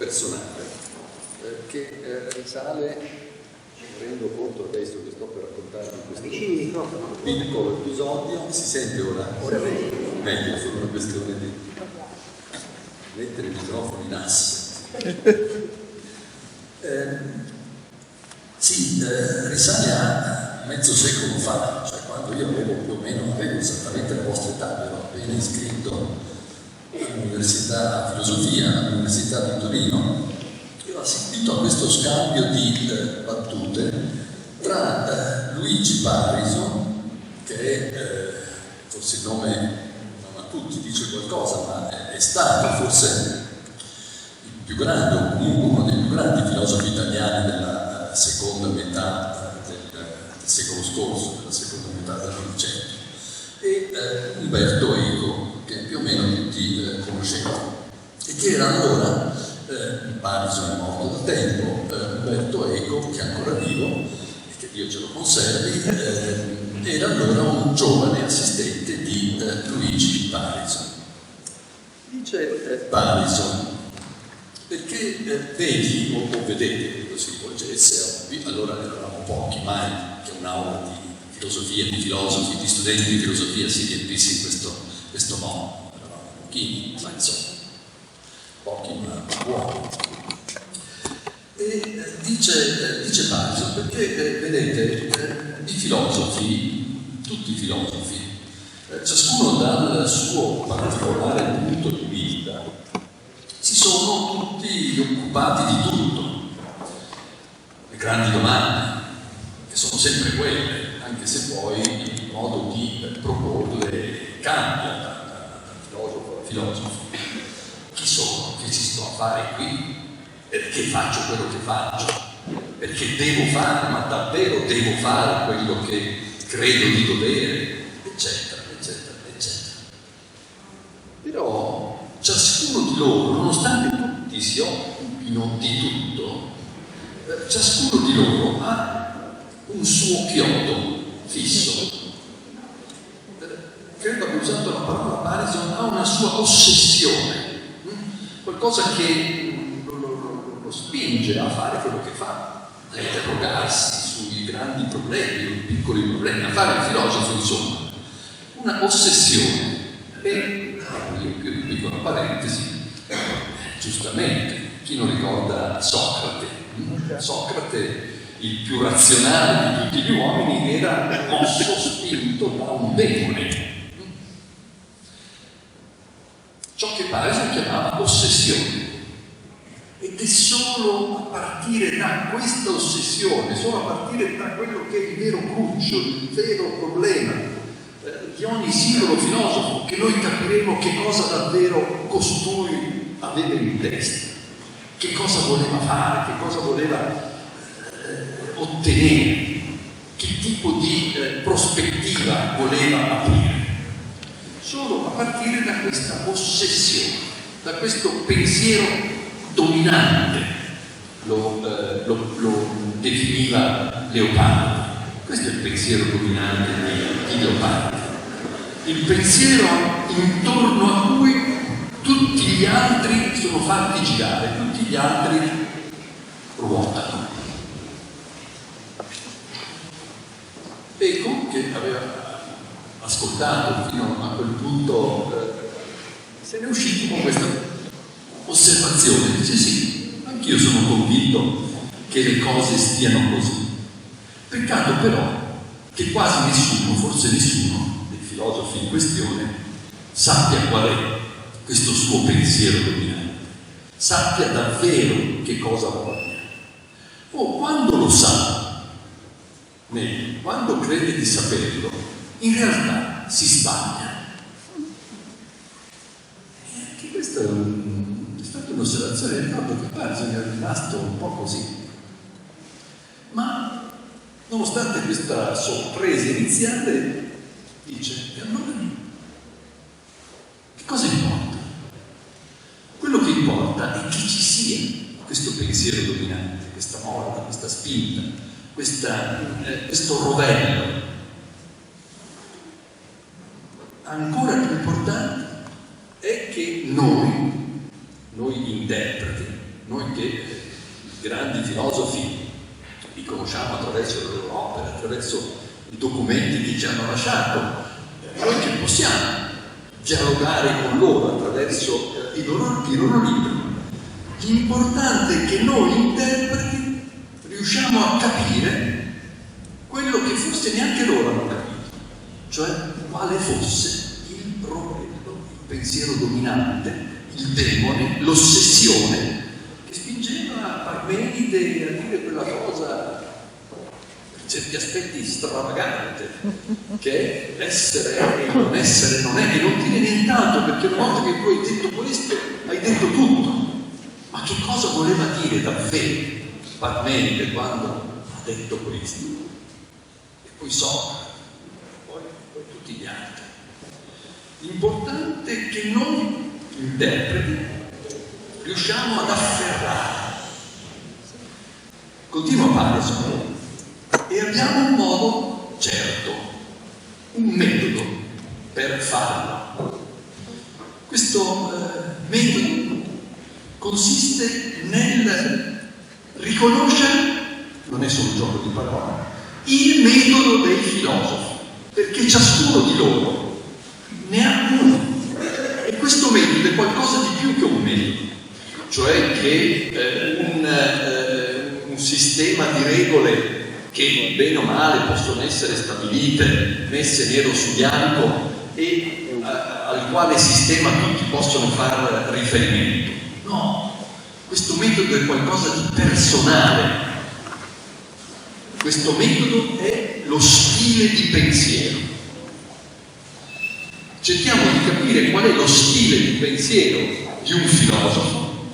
personale che risale, mi rendo conto adesso che sto per raccontarvi questo piccolo episodio. Si sente ora? Ora meglio, solo una questione di mettere il microfono in asse. Risale a mezzo secolo fa, cioè quando io avevo più o meno, avevo esattamente la vostra età, ero appena iscritto all'Università di Filosofia, all'Università di Torino, e ho assistito a questo scambio di battute tra Luigi Parison, che è forse il nome non a tutti dice qualcosa, ma è stato forse il più grande, o comunque uno dei più grandi filosofi italiani della seconda metà del secolo scorso, della seconda metà del Novecento, e Umberto Eco, che più o meno tutti conoscevano, e che era allora, Parison è morto da tempo, Umberto Eco, che è ancora vivo, e che Dio ce lo conservi, era allora un giovane assistente di Luigi Parison. Dice Parison, perché vedi o vedete, così volgesse, allora eravamo pochi, mai che un'aula di filosofia, di filosofi, di studenti di filosofia si riempisse in questo modo. Eravamo pochini, ma insomma, pochi ma buoni. E dice Parison, perché vedete, i filosofi, tutti i filosofi, ciascuno dal suo particolare punto di vista, si sono tutti occupati di tutto. Le grandi domande, che sono sempre quelle, anche se poi il modo di proporle cambia da filosofo a filosofo. Chi sono? Che ci sto a fare qui? Perché faccio quello che faccio? Perché devo fare, ma davvero devo fare quello che credo di dovere? Eccetera, eccetera, eccetera. Però ciascuno di loro, nonostante tutti si occupino di tutto, ciascuno di loro ha un suo chiodo fisso. Credo abbia usato la parola Parison, ha una sua ossessione, qualcosa che lo spinge a fare quello che fa, a interrogarsi sui grandi problemi, sui piccoli problemi, a fare il filosofo, insomma, una ossessione. E io chiudo una piccola parentesi, giustamente, chi non ricorda Socrate? Socrate, il più razionale di tutti gli uomini, era mosso, spinto da un demone. Ciò che Parison chiamava ossessione. Ed è solo a partire da questa ossessione, solo a partire da quello che è il vero cruccio, il vero problema di ogni singolo filosofo, che noi capiremo che cosa davvero costui aveva in testa, che cosa voleva fare, che cosa voleva ottenere, che tipo di prospettiva voleva aprire. Solo a partire da questa ossessione, da questo pensiero dominante, lo definiva Leopardi. Questo è il pensiero dominante di Leopardi. Il pensiero intorno a cui tutti gli altri sono fatti girare, tutti gli altri ruotano. Eco, che aveva ascoltato fino a quel punto, se ne è uscito con questa osservazione, dice sì, anch'io sono convinto che le cose stiano così. Peccato però che quasi nessuno, forse nessuno dei filosofi in questione sappia qual è questo suo pensiero dominante, sappia davvero che cosa vuole. O quando lo sa, meglio, quando crede di saperlo, in realtà si sbaglia. E anche questa è stata un'osservazione, ricordo che Parison è rimasto un po' così. Ma nonostante questa sorpresa iniziale, dice, e allora che cosa importa? Quello che importa è che ci sia questo pensiero dominante, questa molla, questa spinta, questo rovello. Ancora più importante è che noi interpreti, noi che grandi filosofi li conosciamo attraverso le loro opere, attraverso i documenti che ci hanno lasciato, noi che possiamo dialogare con loro attraverso i loro libri. L'importante è che noi interpreti riusciamo a capire quello che forse neanche loro hanno capito, cioè quale fosse il problema, il pensiero dominante, il demone, l'ossessione che spingeva Parmenide a dire quella cosa per certi aspetti stravagante, che è essere e non essere non è, e non dire nient'altro, perché una volta che tu hai detto questo hai detto tutto. Ma che cosa voleva dire davvero Parmenide quando ha detto questo? E poi Socrate, poi tutti gli altri. L'importante è che noi interpreti riusciamo ad afferrare. Continua Parmenide e abbiamo un modo certo, un metodo per farlo. Questo metodo consiste nel riconoscere, non è solo un gioco di parole, il metodo dei filosofi, perché ciascuno di loro ne ha uno. E questo metodo è qualcosa di più che un metodo, cioè che un sistema di regole che bene o male possono essere stabilite, messe nero su bianco e al quale sistema tutti possono fare riferimento. No, questo metodo è qualcosa di personale. Questo metodo è lo stile di pensiero. Cerchiamo di capire qual è lo stile di pensiero di un filosofo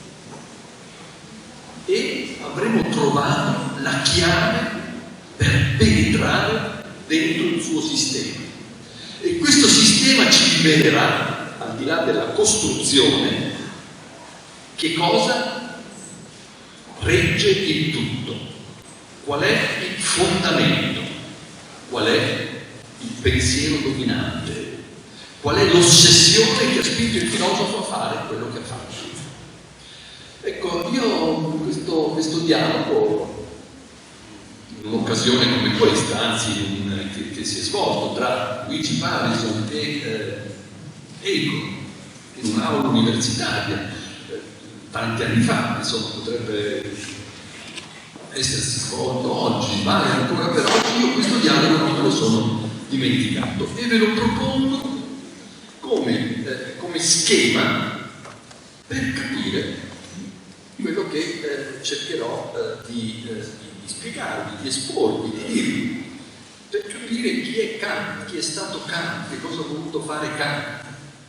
e avremo trovato la chiave per penetrare dentro il suo sistema. E questo sistema ci rivelerà, al di là della costruzione, che cosa regge il tutto, qual è il fondamento, qual è il pensiero dominante, qual è l'ossessione che ha spinto il filosofo a fare quello che ha fatto. Ecco, io questo dialogo, in un'occasione come questa, anzi che si è svolto tra Luigi Parison e Eco in un'aula universitaria tanti anni fa, insomma potrebbe essersi svolto oggi, vale ancora per oggi. Io questo dialogo non me lo sono dimenticato e ve lo propongo come schema per capire quello che cercherò di spiegarvi, di esporvi, di dirvi, per capire chi è Kant, chi è stato Kant, che cosa ha voluto fare Kant.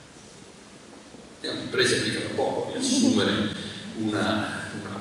È un'impresa mica da poco di assumere una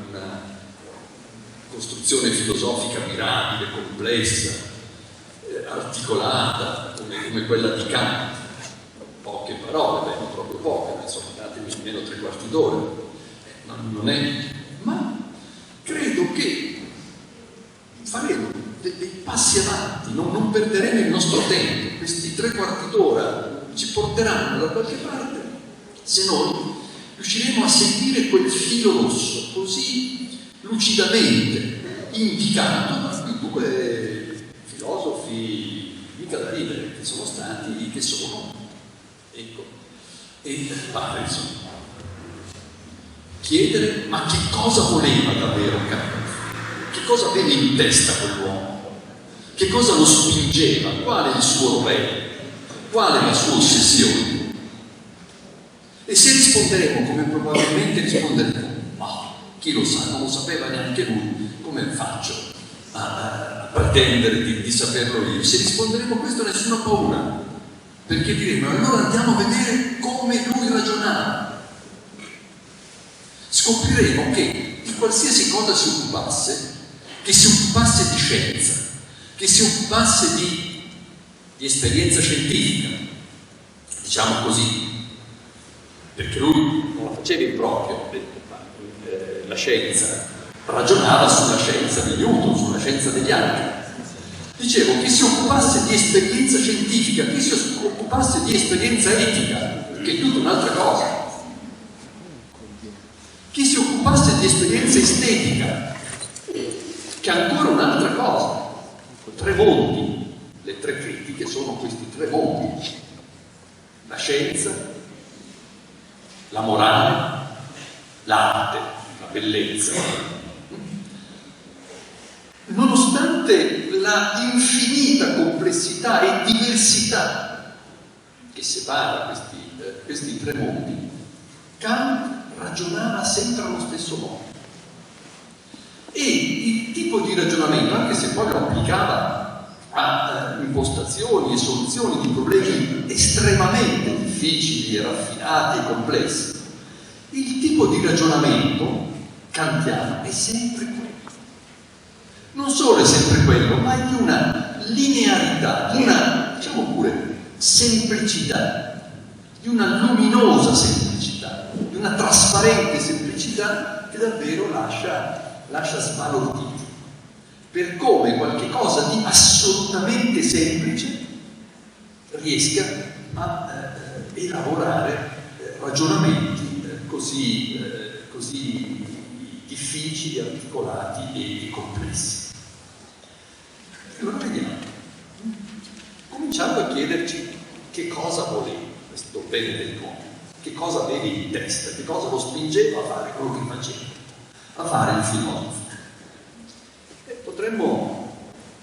costruzione filosofica mirabile, complessa, articolata, come quella di Kant. Poche parole, non proprio poche, insomma, datemi almeno 3/4 d'ora. Non è, ma credo che faremo dei passi avanti, non perderemo il nostro tempo. Questi 3/4 d'ora ci porteranno da qualche parte se noi riusciremo a seguire quel filo rosso così lucidamente indicato da quei due filosofi mica da ridere che sono stati, che sono Eco e Parison. Chiedere ma che cosa voleva davvero Kant? Che cosa aveva in testa quell'uomo? Che cosa lo spingeva? Qual è il suo rovere? Qual è la sua ossessione? E se risponderemo come probabilmente risponderemo, ma chi lo sa, non lo sapeva neanche lui, come faccio a pretendere di saperlo io? Se risponderemo a questo, nessuna paura, perché diremo allora andiamo a vedere come lui ragionava. Scopriremo che di qualsiasi cosa si occupasse, che si occupasse di scienza, che si occupasse di esperienza scientifica, diciamo così, perché lui non la faceva in proprio, la scienza, ragionava sulla scienza di Newton, sulla scienza degli altri. Dicevo, che si occupasse di esperienza scientifica, che si occupasse di esperienza etica, che è tutta un'altra cosa. Chi si occupasse di esperienza estetica, che è ancora un'altra cosa. Tre mondi, le tre critiche sono questi tre mondi: la scienza, la morale, l'arte, la bellezza. Nonostante la infinita complessità e diversità che separa questi tre mondi, Kant ragionava sempre allo stesso modo. E il tipo di ragionamento, anche se poi lo applicava a impostazioni e soluzioni di problemi estremamente difficili, raffinati e complessi, il tipo di ragionamento kantiano è sempre quello. Non solo è sempre quello, ma è di una linearità, di una, diciamo pure, semplicità, di una luminosa semplicità, di una trasparente semplicità che davvero lascia sbalorditi, per come qualche cosa di assolutamente semplice riesca a elaborare ragionamenti così difficili, articolati e complessi. Allora vediamo, cominciamo a chiederci che cosa voleva questo bene del mondo, che cosa aveva in testa, che cosa lo spingeva a fare quello che faceva, a fare il filosofo. E potremmo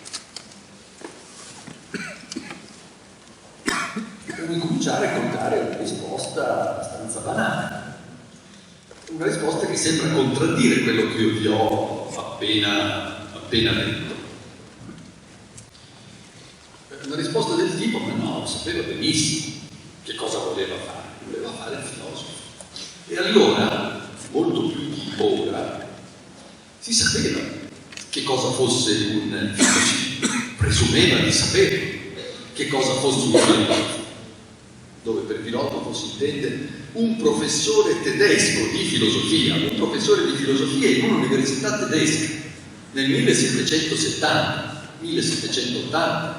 cominciare a contare una risposta abbastanza banale, una risposta che sembra contraddire quello che io vi ho appena detto. Una risposta del tipo: ma no, sapeva benissimo che cosa voleva fare il filosofo. E allora, molto più di ora, si sapeva che cosa fosse un filosofo, presumeva di sapere che cosa fosse un filosofo, dove per filosofo si intende un professore tedesco di filosofia, un professore di filosofia in un'università tedesca nel 1770, 1780,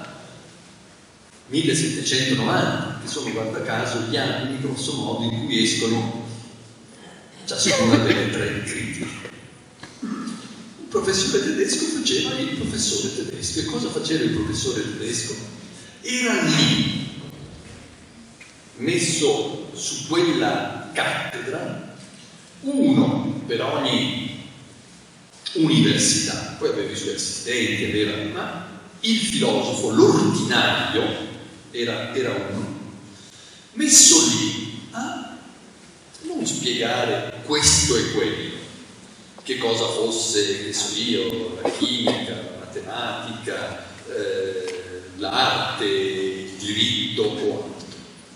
1790, che sono, guarda caso, gli anni grosso modo in cui escono ciascuna delle tre critiche. Un professore tedesco faceva il professore tedesco. E cosa faceva il professore tedesco? Era lì, messo su quella cattedra, uno per ogni università, poi aveva i suoi assistenti, ma il filosofo, l'ordinario, era uno, messo lì a non spiegare questo e quello, che cosa fosse, che so io, la chimica, la matematica, l'arte, il diritto o altro,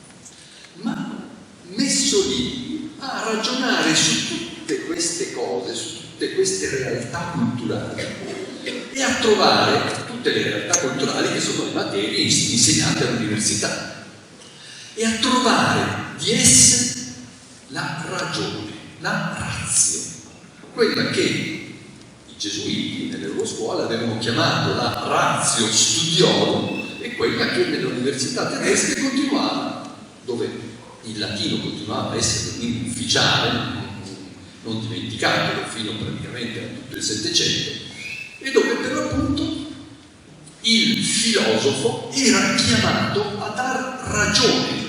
ma messo lì a ragionare su tutte queste cose, su tutte queste realtà culturali e a trovare tutte le realtà culturali che sono le materie insegnate all'università e a trovare di esse la ragione, la ratio, quella che i gesuiti nelle loro scuole avevano chiamato la ratio studiorum e quella che nelle università tedesche continuava, dove il latino continuava a essere un lingua ufficiale, non dimenticatelo, fino praticamente a tutto il Settecento, e dove per l'appunto il filosofo era chiamato a dar ragione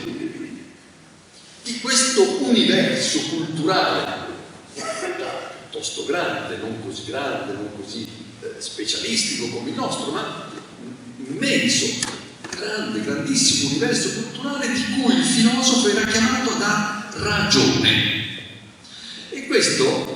di questo universo culturale piuttosto grande, non così specialistico come il nostro, ma immenso, grandissimo universo culturale di cui il filosofo era chiamato a dar ragione. E questo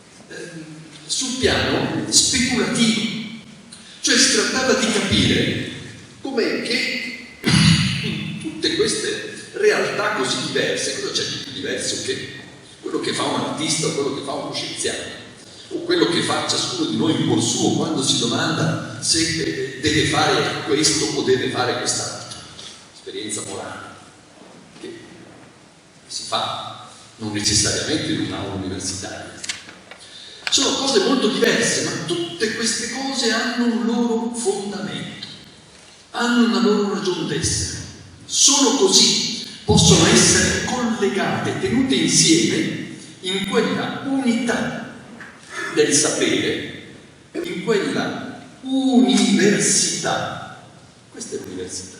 sul piano speculativo. Cioè si trattava di capire com'è che in tutte queste realtà così diverse, cosa c'è di più diverso che quello che fa un artista o quello che fa uno scienziato, o quello che fa ciascuno di noi in cuor suo quando si domanda se deve fare questo o deve fare quest'altro. Esperienza morale che si fa non necessariamente in un'aula universitaria. Sono cose molto diverse, ma tutte queste cose hanno un loro fondamento, hanno una loro ragione d'essere. Solo così possono essere collegate, tenute insieme in quella unità del sapere in quella università. Questa è l'università.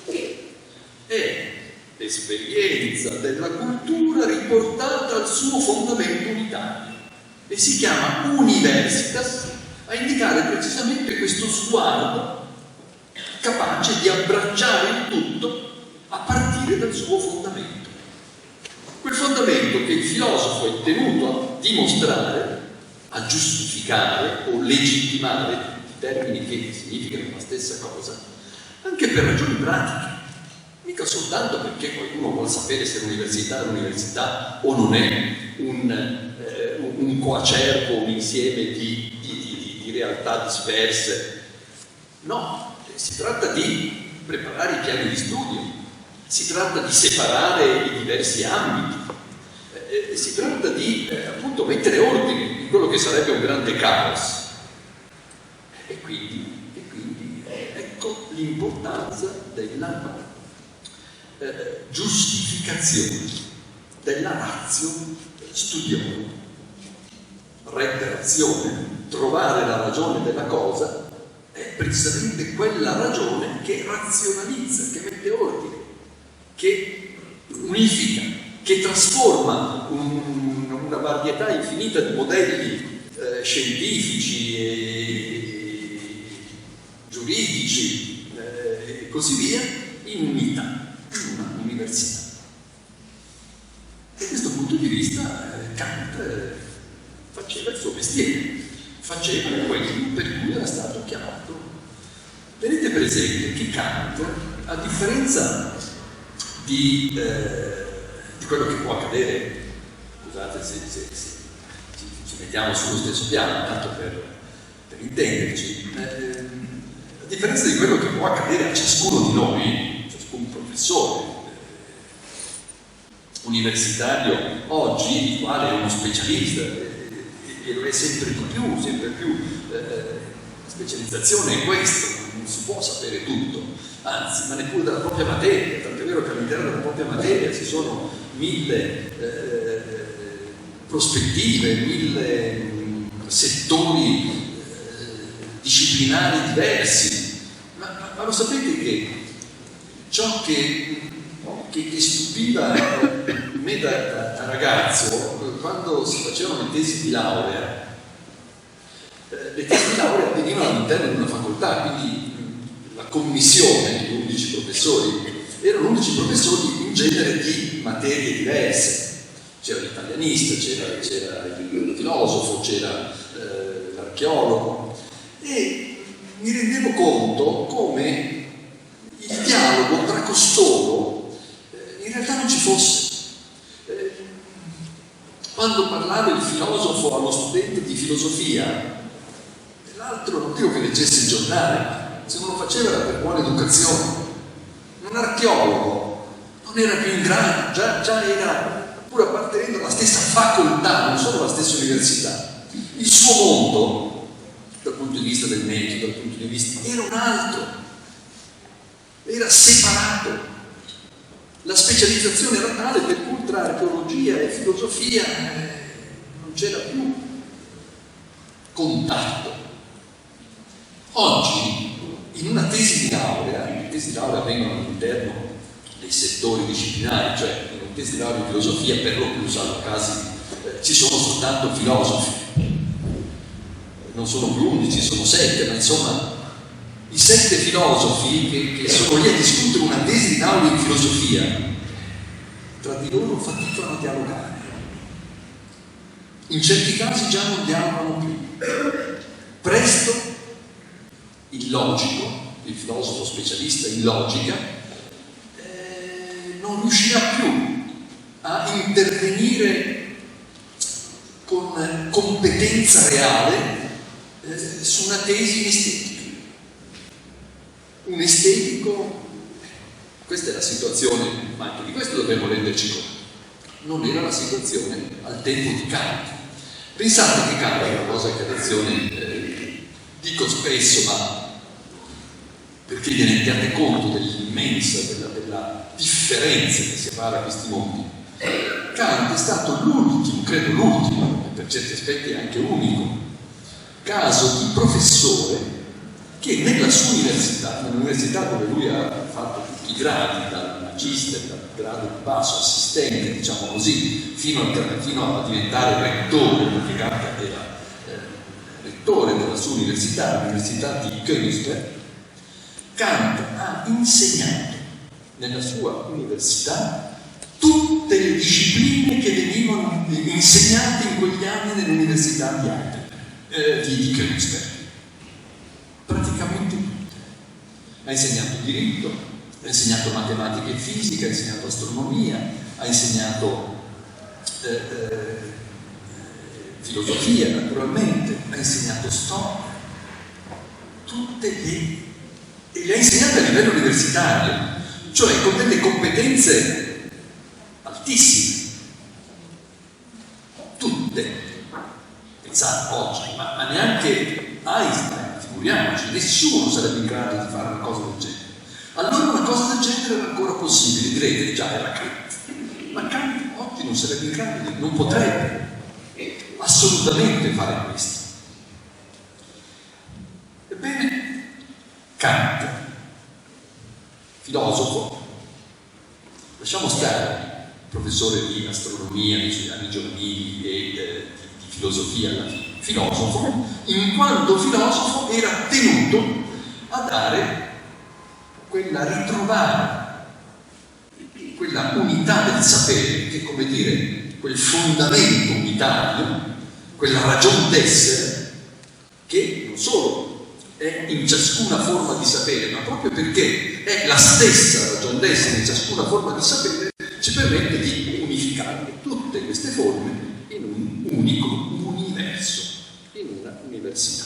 È l'esperienza della cultura riportata al suo fondamento unitario e si chiama universitas a indicare precisamente questo sguardo capace di abbracciare il tutto a partire dal suo fondamento. Quel fondamento che il filosofo è tenuto a dimostrare, a giustificare o legittimare, termini che significano la stessa cosa, anche per ragioni pratiche. Mica soltanto perché qualcuno vuole sapere se l'università è l'università o non è un coacervo, un insieme di realtà disperse. No, si tratta di preparare i piani di studio, si tratta di separare i diversi ambiti, si tratta di appunto mettere ordine in quello che sarebbe un grande caos. E quindi ecco l'importanza della giustificazione, della ratio studiorum. Retterazione, trovare la ragione della cosa, è precisamente quella ragione che razionalizza, che mette ordine, che unifica, che trasforma una varietà infinita di modelli scientifici e giuridici e così via in unità, in una università. Da questo punto di vista Kant faceva il suo mestiere, faceva quello per cui era stato chiamato. Tenete presente che Kant, a differenza di quello che può accadere, scusate se ci mettiamo sullo stesso piano, tanto per intenderci, a differenza di quello che può accadere a ciascuno di noi, ciascun professore universitario oggi, il quale è uno specialista e lo è sempre più, la specializzazione è questo, non si può sapere tutto, anzi, ma neppure della propria materia, tant'è vero che all'interno della propria materia ci sono 1000 prospettive, 1000 settori disciplinari diversi, ma lo sapete che ciò che stupiva me da ragazzo, quando si facevano le tesi di laurea, le tesi di laurea avvenivano all'interno di una facoltà, quindi la commissione di 11 professori erano 11 professori in genere di materie diverse. C'era l'italianista, c'era il filosofo, c'era l'archeologo, e mi rendevo conto come il dialogo tra costoro in realtà non ci fosse. Quando parlava il filosofo allo studente di filosofia, l'altro non dico che leggesse il giornale, se non lo faceva era per buona educazione. Un archeologo non era più in grado, già era, pur appartenendo alla stessa facoltà, non solo alla stessa università, il suo mondo, dal punto di vista del metodo, dal punto di vista, era un altro, era separato. La specializzazione era tale per cui tra archeologia e filosofia non c'era più contatto. Oggi, in una tesi di laurea, le tesi di laurea vengono all'interno dei settori disciplinari, cioè in una tesi di laurea in filosofia per lo più, salvo casi, ci sono soltanto filosofi, non sono più 11, sono 7, ma insomma i 7 filosofi che sono lì a discutere una tesi di laurea in filosofia, tra di loro faticano a dialogare. In certi casi già non dialogano più. Presto il logico, il filosofo specialista in logica, non riuscirà più a intervenire con competenza reale su una tesi in estetica. Un estetico, questa è la situazione, ma anche di questo dobbiamo renderci conto, non era la situazione al tempo di Kant. Pensate che Kant è una cosa che a lezione dico spesso, ma perché vi rendiate conto dell'immensa, della differenza che separa questi mondi. Kant è stato l'ultimo, credo l'ultimo, per certi aspetti anche unico, caso di professore che nella sua università, nell'università dove lui ha fatto tutti i gradi, dal magister, dal grado più basso, assistente, diciamo così, fino a diventare rettore, perché Kant era rettore della sua università, l'università di Königsberg. Kant ha insegnato nella sua università tutte le discipline che venivano insegnate in quegli anni nell'università di Königsberg. Praticamente tutte. Ha insegnato diritto, ha insegnato matematica e fisica, ha insegnato astronomia, ha insegnato filosofia, naturalmente, ha insegnato storia, e le ha insegnate a livello universitario, cioè con delle competenze altissime, tutte. Pensate oggi, ma neanche Einstein, figuriamoci, nessuno sarebbe in grado di fare una cosa del genere. Allora una cosa del genere era ancora possibile, direte già era Kant, ma Kant oggi non sarebbe in grado, non potrebbe assolutamente fare questo. Ebbene, Kant, filosofo, lasciamo stare professore di astronomia nei suoi anni giovanili e di filosofia alla fine, filosofo, in quanto filosofo era tenuto a ritrovare quella unità del sapere, che come dire, quel fondamento unitario, quella ragion d'essere, che non solo è in ciascuna forma di sapere, ma proprio perché è la stessa ragion d'essere in ciascuna forma di sapere, ci permette di unificare tutte queste forme in un unico universo, in una università.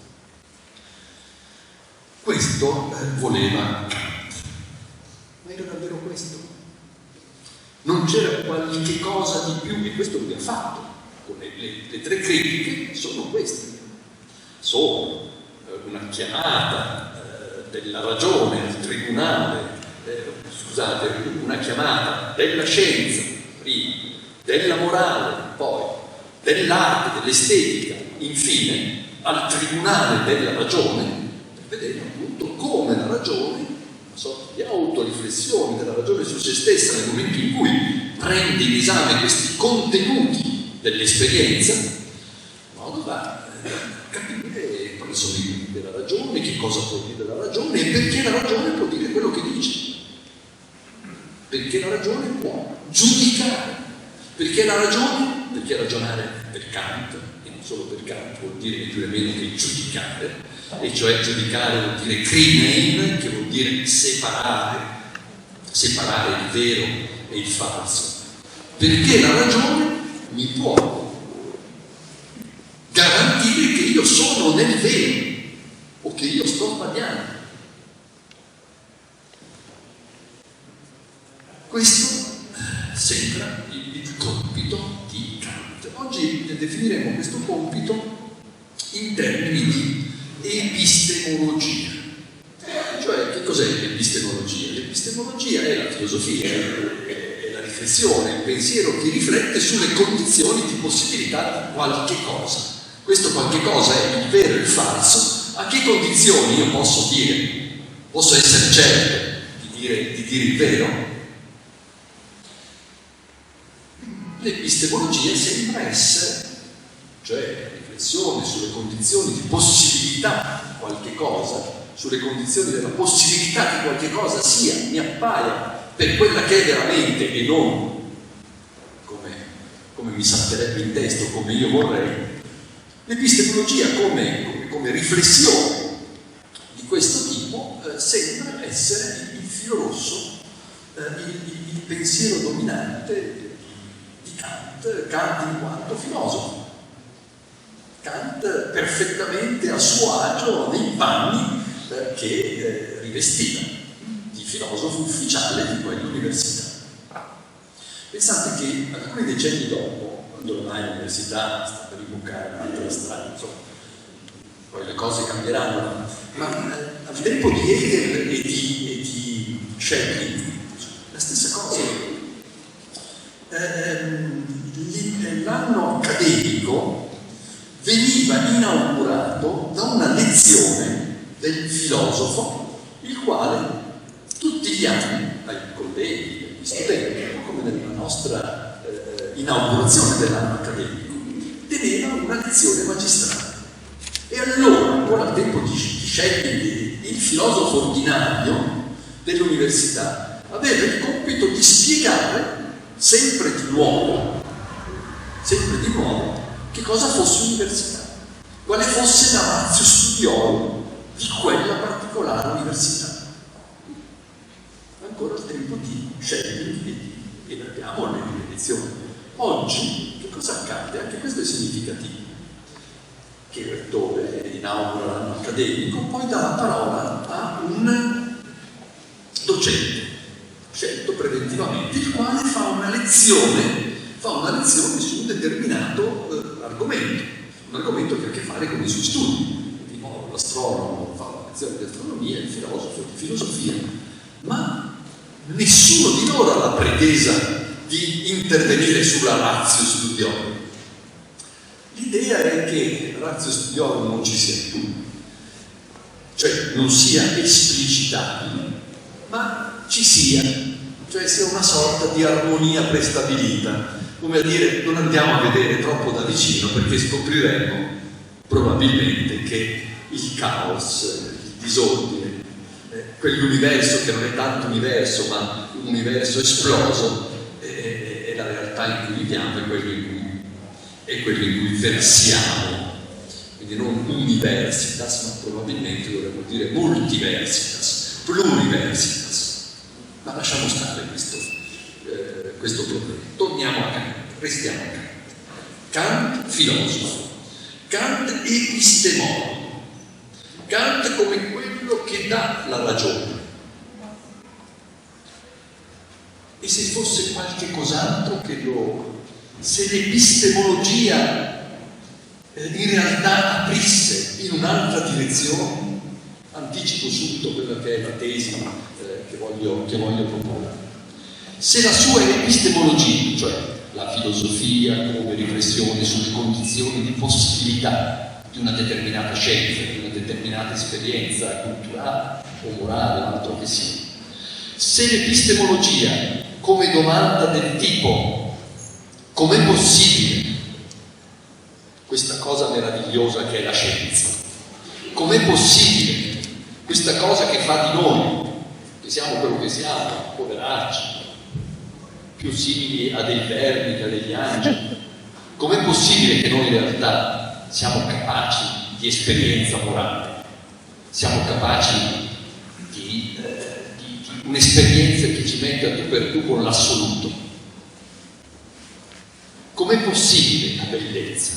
Questo voleva Kant. Ma era davvero questo? Non c'era qualche cosa di più, e questo lui ha fatto. Le tre critiche sono queste. Sono una chiamata della ragione al tribunale, una chiamata della scienza, prima, della morale, poi, dell'arte, dell'estetica, infine, al tribunale della ragione, per vedere appunto come la ragione, una sorta di autoriflessione della ragione su se stessa nel momento in cui prende in esame questi contenuti dell'esperienza, in modo da capire quali sono i limiti della ragione, che cosa può dire la ragione e perché la ragione può dire quello che dice. Perché la ragione può giudicare. Perché ragionare per Kant, e non solo per Kant, vuol dire né più né meno che giudicare, e cioè giudicare vuol dire krinein, che vuol dire separare il vero e il falso. Perché la ragione mi può garantire che io sono nel vero o che io sto sbagliando. Questo sembra il compito di Kant. Oggi definiremo questo compito in termini di epistemologia. Cioè, che cos'è l'epistemologia? L'epistemologia è la filosofia, è la riflessione, il pensiero che riflette sulle condizioni di possibilità di qualche cosa. Questo qualche cosa è il vero e il falso. A che condizioni io posso essere certo di dire il vero? L'epistemologia sembra essere, cioè la riflessione sulle condizioni di possibilità di qualche cosa, sulle condizioni della possibilità che qualche cosa mi appaia per quella che è veramente e non come mi salterebbe in testa o come io vorrei. L'epistemologia come riflessione di questo tipo sembra essere il filo rosso, il pensiero dominante di Kant in quanto filosofo. Kant perfettamente a suo agio nei panni che rivestiva di filosofo ufficiale di quell'università. Pensate che alcuni decenni dopo, quando ormai l'università sta per imboccare un'altra strada, insomma, poi le cose cambieranno, ma al tempo di Hegel e di Schelling, la stessa cosa. L'anno accademico veniva inaugurato da una lezione del filosofo, il quale tutti gli anni, ai colleghi, agli studenti, come nella nostra inaugurazione dell'anno accademico, teneva una lezione magistrale. E allora, ancora al tempo di Schelling, il filosofo ordinario dell'università aveva il compito di spiegare sempre di nuovo, che cosa fosse università, quale fosse la ratio studiorum di quella particolare università. Ancora al tempo di Schelling e abbiamo le lezioni. Oggi che cosa accade? Anche questo è significativo, che il rettore inaugura l'anno accademico, poi dà la parola a un docente scelto preventivamente, il quale fa una lezione su un determinato argomento, un argomento che ha a che fare con i suoi studi. Tipo l'astronomo fa una lezione di astronomia, il filosofo di filosofia, ma nessuno di loro ha la pretesa di intervenire sulla ratio studiorum. L'idea è che la ratio studiorum non ci sia più, cioè non sia esplicitabile, ma ci sia, cioè sia una sorta di armonia prestabilita, come a dire non andiamo a vedere troppo da vicino perché scopriremo probabilmente che il caos, il disordine, quell'universo che non è tanto universo ma un universo esploso è la realtà in cui viviamo, è quello in cui versiamo. Quindi non universitas, ma probabilmente dovremmo dire multiversitas, pluriversitas. Ma lasciamo stare questo problema. Torniamo a Kant, restiamo a Kant. Kant filosofo, Kant epistemologo, Kant come quello che dà la ragione. E se fosse qualche cos'altro che se l'epistemologia in realtà aprisse in un'altra direzione, anticipo subito quella che è la tesi che voglio proporre. Se la sua epistemologia, cioè la filosofia come riflessione sulle condizioni di possibilità di una determinata scienza, di una determinata esperienza culturale o morale, altro che sia, se l'epistemologia come domanda del tipo com'è possibile questa cosa meravigliosa che è la scienza, com'è possibile questa cosa che fa di noi, che siamo quello che siamo, poveracci, più simili a dei vermi che a degli angeli, com'è possibile che noi in realtà siamo capaci di esperienza morale, siamo capaci di un'esperienza che ci mette a tu per tu con l'assoluto? Com'è possibile la bellezza?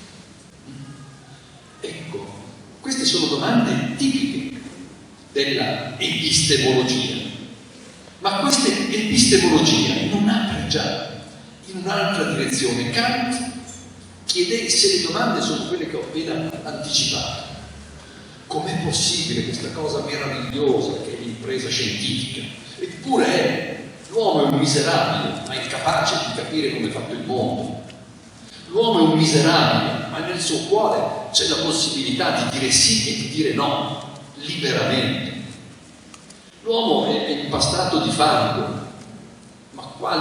Ecco, queste sono domande tipiche della epistemologia, ma questa epistemologia non apre già in un'altra direzione. Kant chiede, se le domande sono quelle che ho appena anticipato, com'è possibile questa cosa meravigliosa che è l'impresa scientifica? Eppure l'uomo è un miserabile, ma è incapace di capire come è fatto il mondo. L'uomo è un miserabile, ma nel suo cuore c'è la possibilità di dire sì e di dire no, liberamente. L'uomo è impastato di fango, ma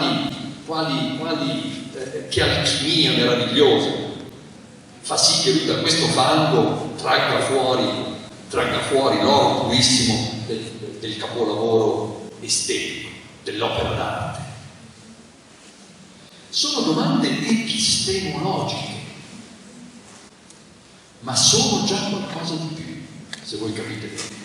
che alchimia meravigliosa fa sì che lui da questo fango tragga fuori l'oro purissimo del capolavoro estetico, dell'opera d'arte. Sono domande epistemologiche, ma sono già qualcosa di più, se voi capite bene.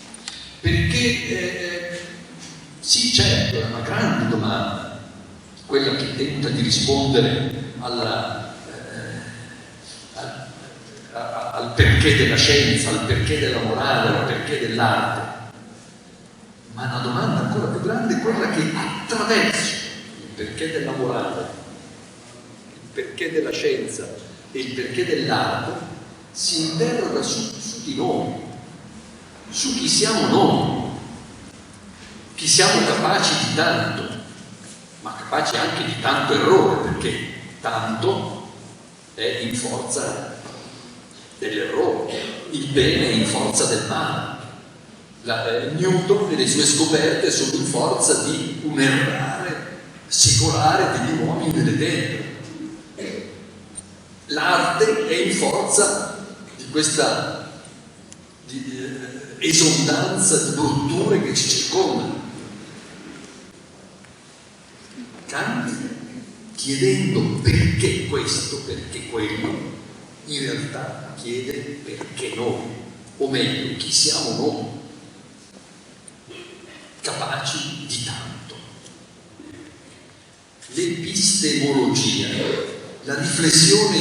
Perché sì, certo, è una grande domanda, quella che tenta di rispondere al perché della scienza, al perché della morale, al perché dell'arte. Ma una domanda ancora più grande è quella che attraverso il perché della morale, il perché della scienza e il perché dell'arte si interroga su di noi, su chi siamo noi, chi siamo capaci di tanto, ma capaci anche di tanto errore, perché tanto è in forza dell'errore, il bene in forza del male. Newton e le sue scoperte sono in forza di un errare secolare degli uomini delle tenebre. L'arte è in forza di questa esondanza di brutture che ci circondano. Kant, chiedendo perché questo, perché quello, in realtà chiede perché noi, o meglio, chi siamo noi, capaci di tanto. L'epistemologia, la riflessione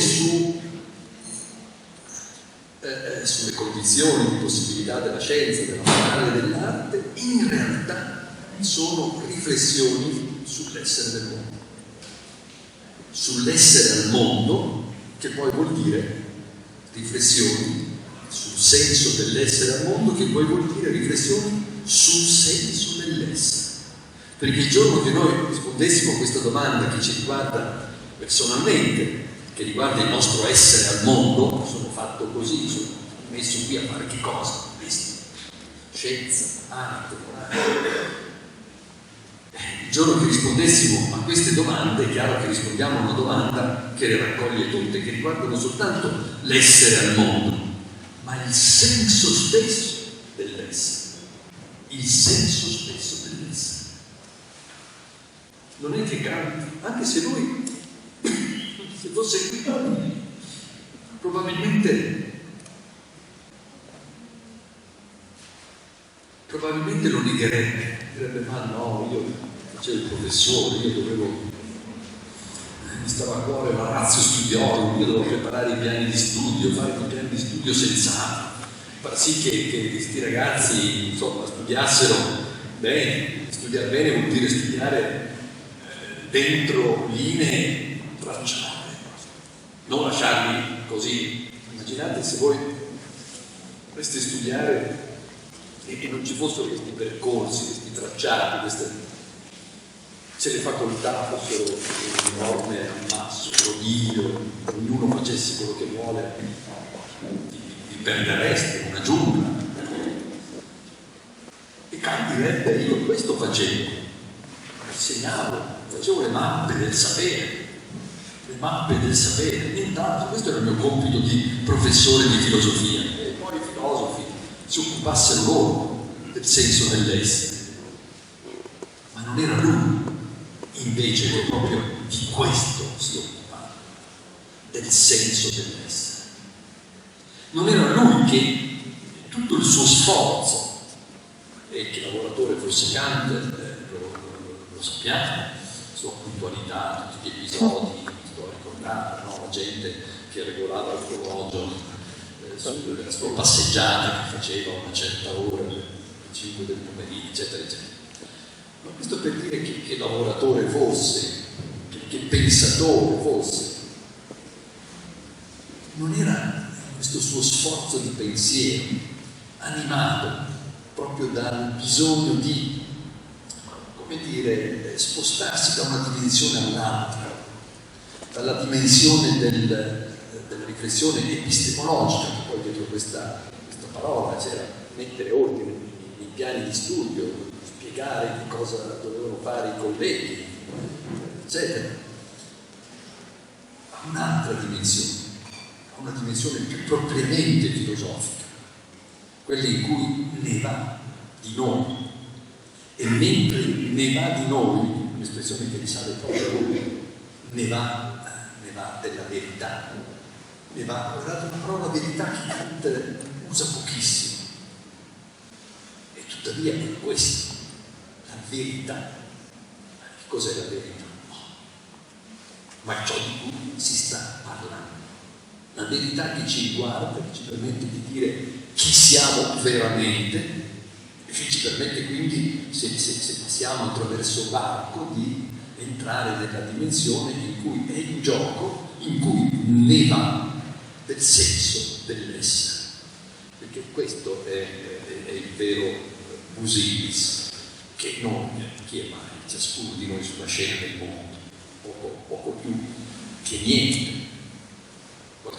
sulle condizioni di possibilità della scienza, della morale e dell'arte, in realtà sono riflessioni sull'essere del mondo. Sull'essere al mondo, che poi vuol dire riflessioni sul senso dell'essere al mondo, che poi vuol dire riflessioni sul senso dell'essere. Perché il giorno che noi rispondessimo a questa domanda che ci riguarda personalmente, che riguarda il nostro essere al mondo, sono fatto così, sono messo qui a fare che cosa? Scienza, arte, morale. Il giorno che rispondessimo a queste domande, è chiaro che rispondiamo a una domanda che le raccoglie tutte, che riguarda non soltanto l'essere al mondo, ma il senso stesso dell'essere. Il senso stesso dell'essere. Non è che Kant, anche se lui, se fosse qui, probabilmente lo negherebbe, direbbe: ma no, io facevo il professore, io mi stava a cuore la ratio studiorum, io dovevo preparare i piani di studio, fare i piani di studio sensati, far sì che questi ragazzi, insomma, studiassero bene. Studiare bene vuol dire studiare dentro linee tracciate, non lasciarli così. Immaginate se voi dovreste studiare e non ci fossero questi percorsi, questi tracciati, se le facoltà fossero un enorme ammasso, prodio, ognuno facesse quello che vuole, vi perdereste una giungla. E Kant direbbe: io questo facevo, insegnavo, facevo le mappe del sapere, nient'altro. Questo era il mio compito di professore di filosofia. E poi i filosofi si occupassero loro del senso dell'essere. Ma non era lui invece che proprio di questo si occupava, del senso dell'essere. Non era lui che tutto il suo sforzo, e che lavoratore fosse Kant, lo sappiamo, la sua puntualità, tutti gli episodi, sto a ricordare, no? La gente che regolava l'orologio, la sua passeggiata che faceva a una certa ora, alle 5 del pomeriggio, eccetera, eccetera. Ma questo per dire che lavoratore fosse, che pensatore fosse. Non era questo suo sforzo di pensiero animato proprio dal bisogno di, come dire, spostarsi da una dimensione all'altra, dalla dimensione della riflessione epistemologica, che poi dietro questa parola c'era mettere ordine nei piani di studio, spiegare che cosa dovevano fare i colleghi, eccetera. A un'altra dimensione, a una dimensione più propriamente filosofica, quella in cui ne va di noi. E mentre ne va di noi, un'espressione che risale proprio a lui, ne va della verità. Ne va, guardate, una parola verità che Kant usa pochissimo. E tuttavia è questo, la verità. Che cos'è la verità? Ma ciò di cui si sta parlando. La verità che ci riguarda, che ci permette di dire chi siamo veramente, e ci permette quindi, se passiamo attraverso l'arco, di entrare nella dimensione in cui è in gioco, in cui ne va del senso dell'essere. Perché questo è il vero Busilis, che non chi è mai, ciascuno di noi sulla scena del mondo, poco più che niente, qualcosa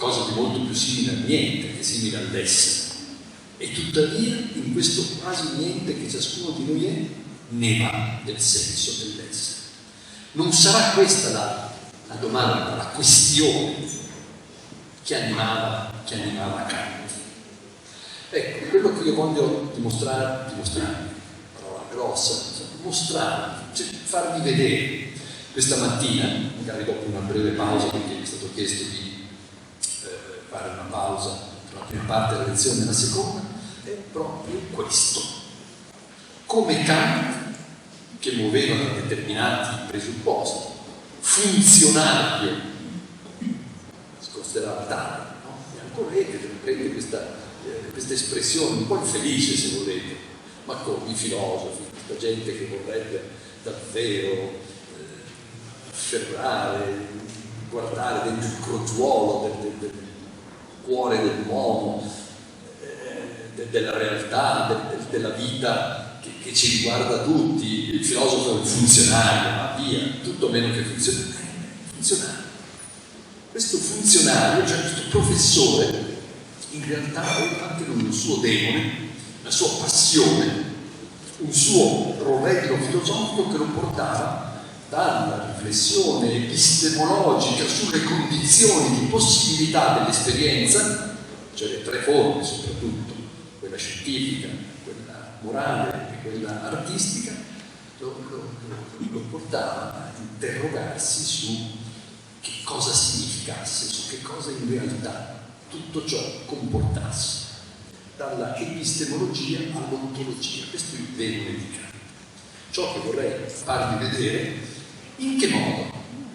qualcosa di molto più simile al niente, che simile all'essere. E tuttavia, in questo quasi niente che ciascuno di noi è, ne va del senso dell'essere. Non sarà questa la domanda, la questione che animava Kant. Ecco, quello che io voglio dimostrare, parola grossa, cioè farvi vedere questa mattina, magari dopo una breve pausa, perché mi è stato chiesto di fare una pausa tra la prima parte della lezione e la seconda, è proprio questo. Come Kant, che muoveva da determinati presupposti, funzionario, si considerava tale, no? E ancora prende questa espressione un po' infelice, se volete, ma come i filosofi, questa gente che vorrebbe davvero afferrare, guardare dentro il crogiuolo del cuore dell'uomo, della realtà, della vita che ci riguarda tutti. Il filosofo è un funzionario, ma via, tutto meno che funzionario. Questo funzionario, cioè questo professore, in realtà aveva anche lui un suo demone, la sua passione, un suo rovello filosofico che lo portava dalla riflessione epistemologica sulle condizioni di possibilità dell'esperienza, cioè le tre forme soprattutto, quella scientifica, quella morale e quella artistica, lo portava a interrogarsi su che cosa significasse, su che cosa in realtà tutto ciò comportasse, dalla epistemologia all'ontologia. Questo è il demone di Kant. Ciò che vorrei farvi vedere, in che modo?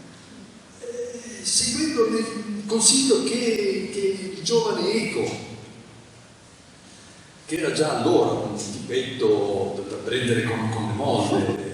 Seguendo il consiglio che il giovane Eco, che era già allora un tipetto da prendere con le molle,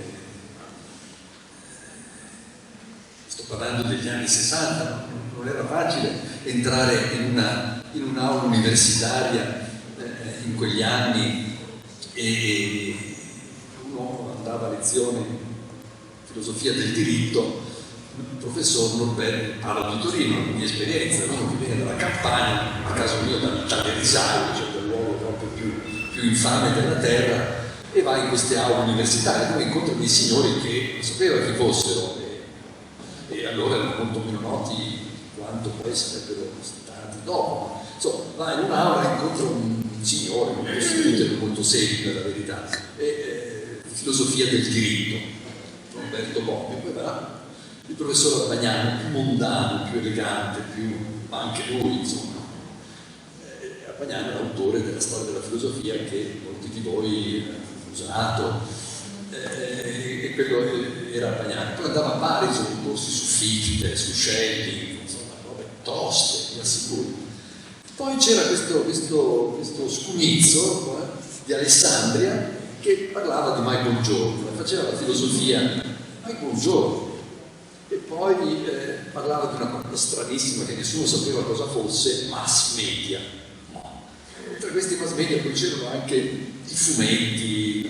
sto parlando degli anni 60, non era facile entrare in un'aula universitaria in quegli anni e uno andava a lezione di filosofia del diritto, il professor Norbert parla di Torino, la mia esperienza, uno che viene dalla campagna, a caso mio dalle Risaie, cioè dal luogo proprio più infame della terra, e va in queste aule universitarie dove incontra dei signori che non sapeva chi fossero e allora erano molto meno noti quanto poi sarebbero stati dopo. Insomma, va in un'aula e incontra un signore molto studiato, molto serio per la verità, filosofia del diritto, Roberto Bobbio. Poi va il professore Arpagnano, più mondano, più elegante, ma anche lui, insomma. Arpagnano è l'autore della storia della filosofia che molti di voi hanno usato, e quello era Arpagnano. Poi andava a Bari su corsi su Fichte, su Schelling, insomma, robe toste, vi assicuro. Poi c'era questo Scunizzo di Alessandria che parlava di Michael Jordan, faceva la filosofia di Michael Jordan e poi parlava di una cosa stranissima che nessuno sapeva cosa fosse, mass media. Tra questi mass media poi c'erano anche i fumetti.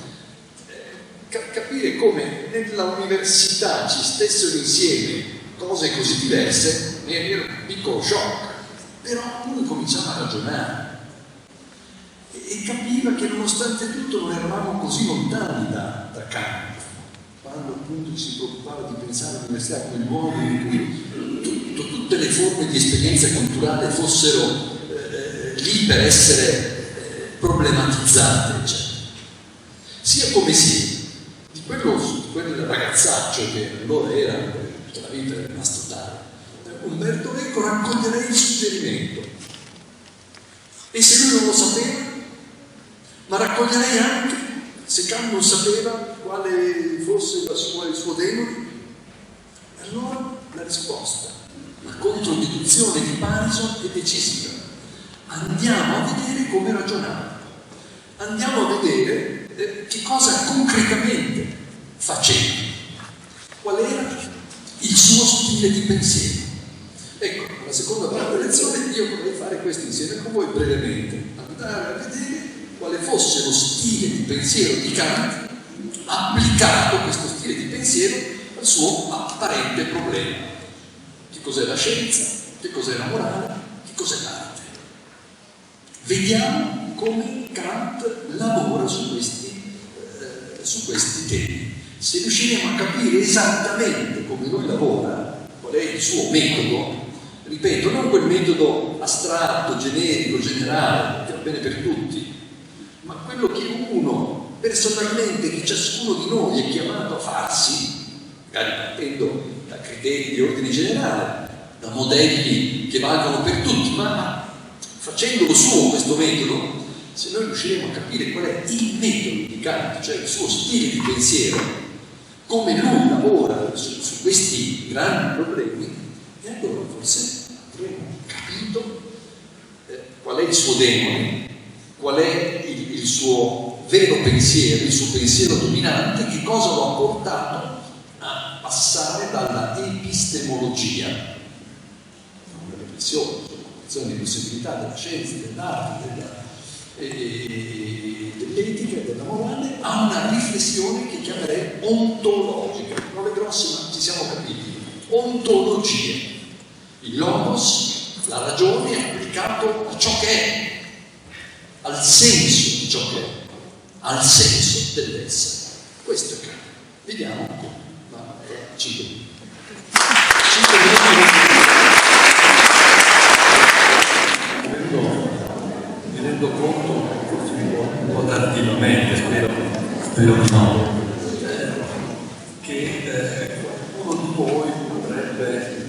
Capire come nella università ci stessero insieme cose così diverse era un piccolo shock. Però lui cominciava a ragionare e capiva che nonostante tutto non eravamo così lontani da Kant, quando appunto ci si preoccupava di pensare all'università come luogo in cui tutte le forme di esperienza culturale fossero lì per essere problematizzate, eccetera. Sia come sia, di quel ragazzaccio che allora era, tutta la vita era rimasto tale, Umberto Eco raccoglierei il suggerimento, e se lui non lo sapeva, ma raccoglierei anche se Kant non sapeva quale fosse il suo demone, allora la risposta, la controdeduzione di Parison è decisiva. Andiamo a vedere come ragionava, andiamo a vedere che cosa concretamente faceva, qual era il suo stile di pensiero. Ecco, la seconda parte della lezione io vorrei fare questo insieme con voi brevemente, andare a vedere quale fosse lo stile di pensiero di Kant, applicato questo stile di pensiero al suo apparente problema. Che cos'è la scienza? Che cos'è la morale? Che cos'è l'arte? Vediamo come Kant lavora su questi temi. Se riusciremo a capire esattamente come lui lavora, qual è il suo metodo, ripeto, non quel metodo astratto, generico, generale, che va bene per tutti, ma quello che uno personalmente, che ciascuno di noi è chiamato a farsi, magari partendo da criteri di ordine generale, da modelli che valgono per tutti, ma facendolo suo questo metodo, se noi riusciremo a capire qual è il metodo di Kant, cioè il suo stile di pensiero, come lui lavora su questi grandi problemi, e allora forse avremo capito qual è il suo demone, qual è il suo vero pensiero, il suo pensiero dominante, che cosa lo ha portato a passare dalla epistemologia, una riflessione di possibilità della scienza, dell'arte, dell'etica e della morale, a una riflessione che chiamerei ontologica. Parole grosse, ma ci siamo capiti. Ontologia. Il logos, la ragione, applicato a ciò che è, al senso di ciò che è, al senso dell'essere. Questo è Kant. Vediamo un po'. 5 minuti. 5 minuti. Mi rendo conto, forse un po' tardivamente, spero di no, che qualcuno di voi potrebbe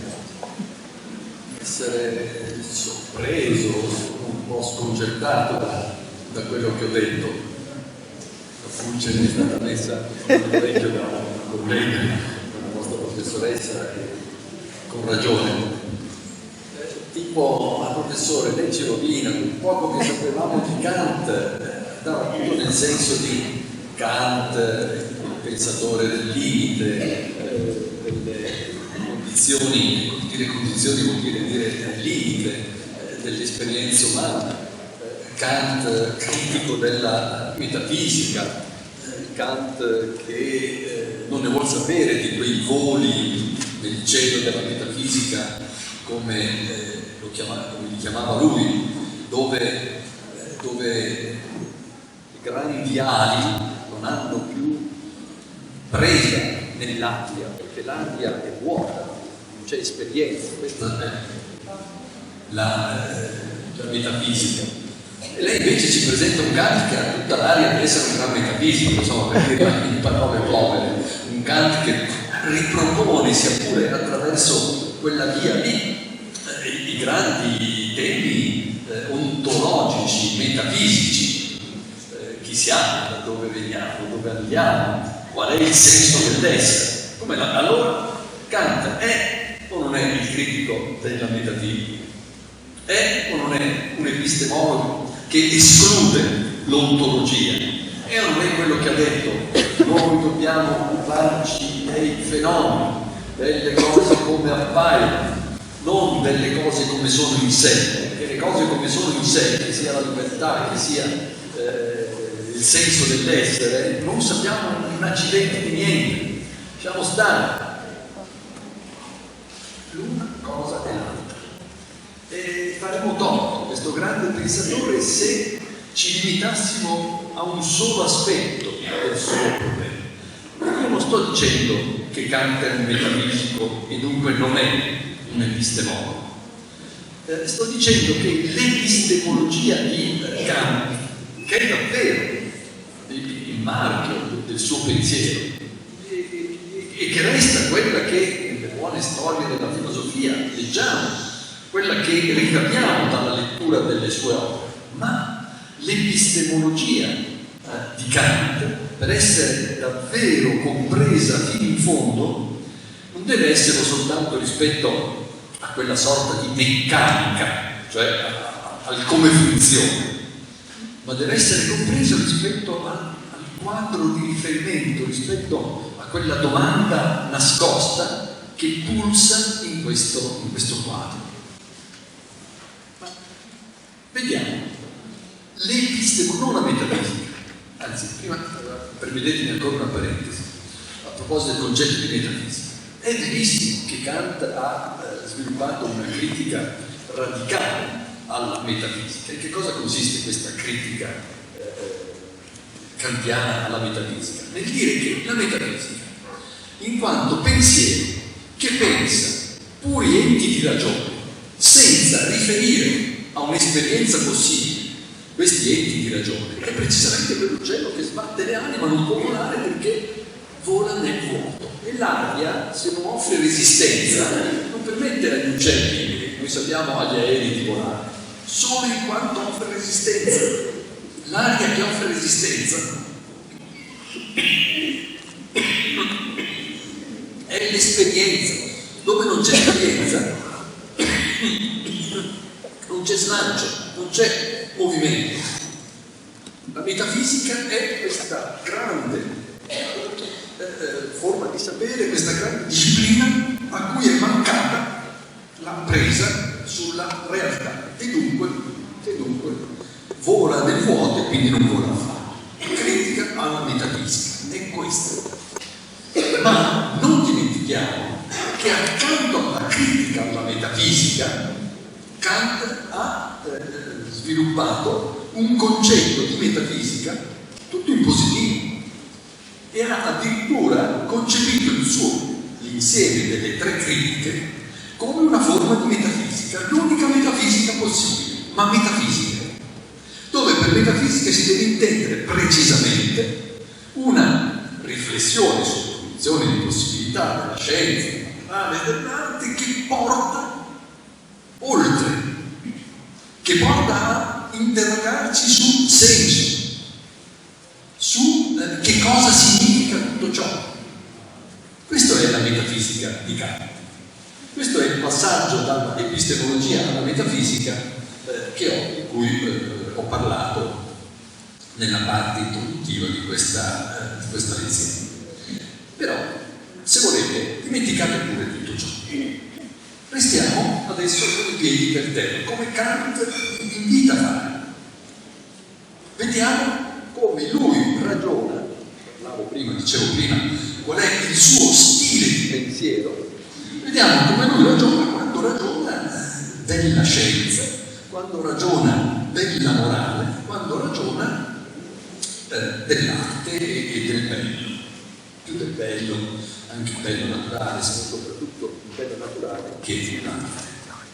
essere sorpreso, un po' sconcertato da quello che ho detto. La pulce è stata messa all'orecchio da un collega, una nostra professoressa, con ragione. Tipo, ma professore, lei ci rovina quel poco che sapevamo di Kant, appunto nel senso di Kant, il pensatore del limite, delle condizioni, dire condizioni vuol dire limite dell'esperienza umana, Kant critico della metafisica, Kant che non ne vuol sapere di quei voli nel cielo della metafisica come li chiamava lui, dove i grandi ali non hanno più presa nell'aria, perché l'aria è vuota, non c'è esperienza. Questa è la metafisica. E lei invece ci presenta un Kant che ha tutta l'aria di essere un gran metafisico, insomma, per dirla in parole povere, un Kant che ripropone, sia pure attraverso quella via lì, i grandi temi ontologici, metafisici, chi siamo, da dove veniamo, dove andiamo, qual è il senso dell'essere. Allora Kant è o non è il critico della metafisica? È o non è un epistemologo che esclude l'ontologia? È o non è quello che ha detto noi dobbiamo occuparci dei fenomeni, delle cose come appaiono, non delle cose come sono in sé, perché le cose come sono in sé, che sia la libertà, che sia il senso dell'essere, non sappiamo un accidente di niente, lasciamo stare l'una cosa e l'altra. E faremo torto a questo grande pensatore se ci limitassimo a un solo aspetto del suo problema. Io non sto dicendo che Kant è un metafisico e dunque non è un epistemologo. Sto dicendo che l'epistemologia di Kant, che è davvero il marchio del suo pensiero e che resta quella che nelle buone storie della filosofia leggiamo, quella che ricapiamo dalla lettura delle sue opere, ma l'epistemologia di Kant, per essere davvero compresa fino in fondo, non deve essere soltanto rispetto a quella sorta di meccanica, cioè al come funziona, ma deve essere compreso rispetto al quadro di riferimento, rispetto a quella domanda nascosta che pulsa in questo quadro. Ma vediamo, l'epistemologia, non la metafisica, anzi, prima permettetemi ancora una parentesi, a proposito del concetto di metafisica. È verissimo che Kant ha sviluppato una critica radicale alla metafisica. In che cosa consiste questa critica kantiana alla metafisica? Nel dire che la metafisica, in quanto pensiero che pensa puri enti di ragione, senza riferire a un'esperienza possibile questi enti di ragione, è precisamente quell'uccello che sbatte le ali ma non può volare perché vola nel vuoto. E l'aria, se non offre resistenza, non permette agli uccelli, noi sappiamo agli aerei, di volare, solo in quanto offre resistenza. L'aria che offre resistenza è l'esperienza. Dove non c'è esperienza non c'è slancio, non c'è movimento. La metafisica è questa grande forma di sapere, questa grande disciplina a cui è mancata la presa sulla realtà e dunque vola nel vuoto e quindi non vola affatto. Critica alla metafisica è questa. Ma non dimentichiamo che accanto alla critica alla metafisica Kant ha sviluppato un concetto di metafisica tutto in positivo e ha addirittura concepito l'insieme delle tre critiche come una forma di metafisica, l'unica metafisica possibile, ma metafisica, dove per metafisica si deve intendere precisamente una riflessione sulle condizioni di possibilità della scienza, dell'arte, che porta oltre, che porta a interrogarci sul senso, su che cosa significa tutto ciò. Questo è la metafisica di Kant. Questo è il passaggio dall'epistemologia alla metafisica di cui ho parlato nella parte introduttiva di questa lezione. Però, se volete, dimenticate pure tutto ciò. Restiamo adesso con i piedi per terra, come Kant invita a fare. Vediamo come lui ragiona, dicevo prima, qual è il suo stile di pensiero. Vediamo come lui ragiona quando ragiona della scienza, quando ragiona della morale, quando ragiona dell'arte e del bello. Più del bello, anche il bello naturale, soprattutto il bello naturale che è l'arte.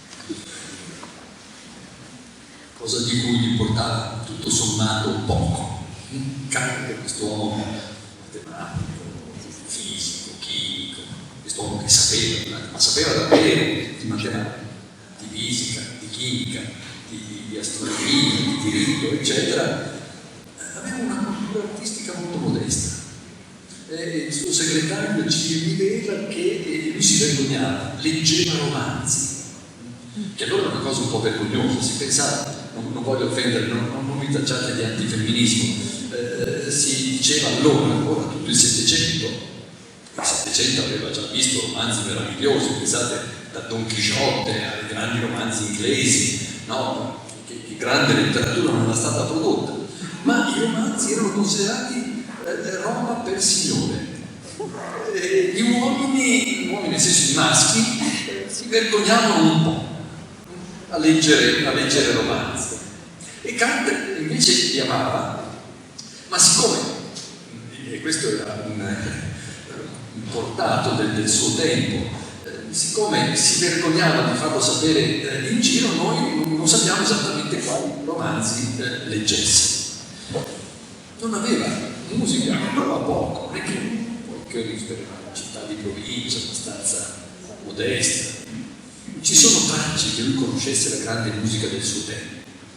Cosa di cui gli importava tutto sommato poco. Kant è quest'uomo matematico, fisico, chimico, quest'uomo che sapeva davvero di matematica, di fisica, di chimica, di astronomia, di diritto, eccetera. Aveva una cultura artistica molto modesta. Il suo segretario ci rivela che lui si vergognava, leggeva romanzi, che allora è una cosa un po' vergognosa. Si pensava, non voglio offendere, non mi tacciate di antifemminismo, si diceva allora tutto il Settecento aveva già visto romanzi meravigliosi, pensate da Don Chisciotte ai grandi romanzi inglesi, no? Che grande letteratura non era stata prodotta, ma i romanzi erano considerati roba per signore. Gli uomini nel senso di maschi, si vergognavano un po' a leggere romanzi. E Kant invece li amava, ma siccome, e questo era un portato del suo tempo, siccome si vergognava di farlo sapere in giro, noi non sappiamo esattamente quali romanzi leggesse. Non aveva musica, parlava poco, non è che per una città di provincia abbastanza modesta. Ci sono tracce che lui conoscesse la grande musica del suo tempo,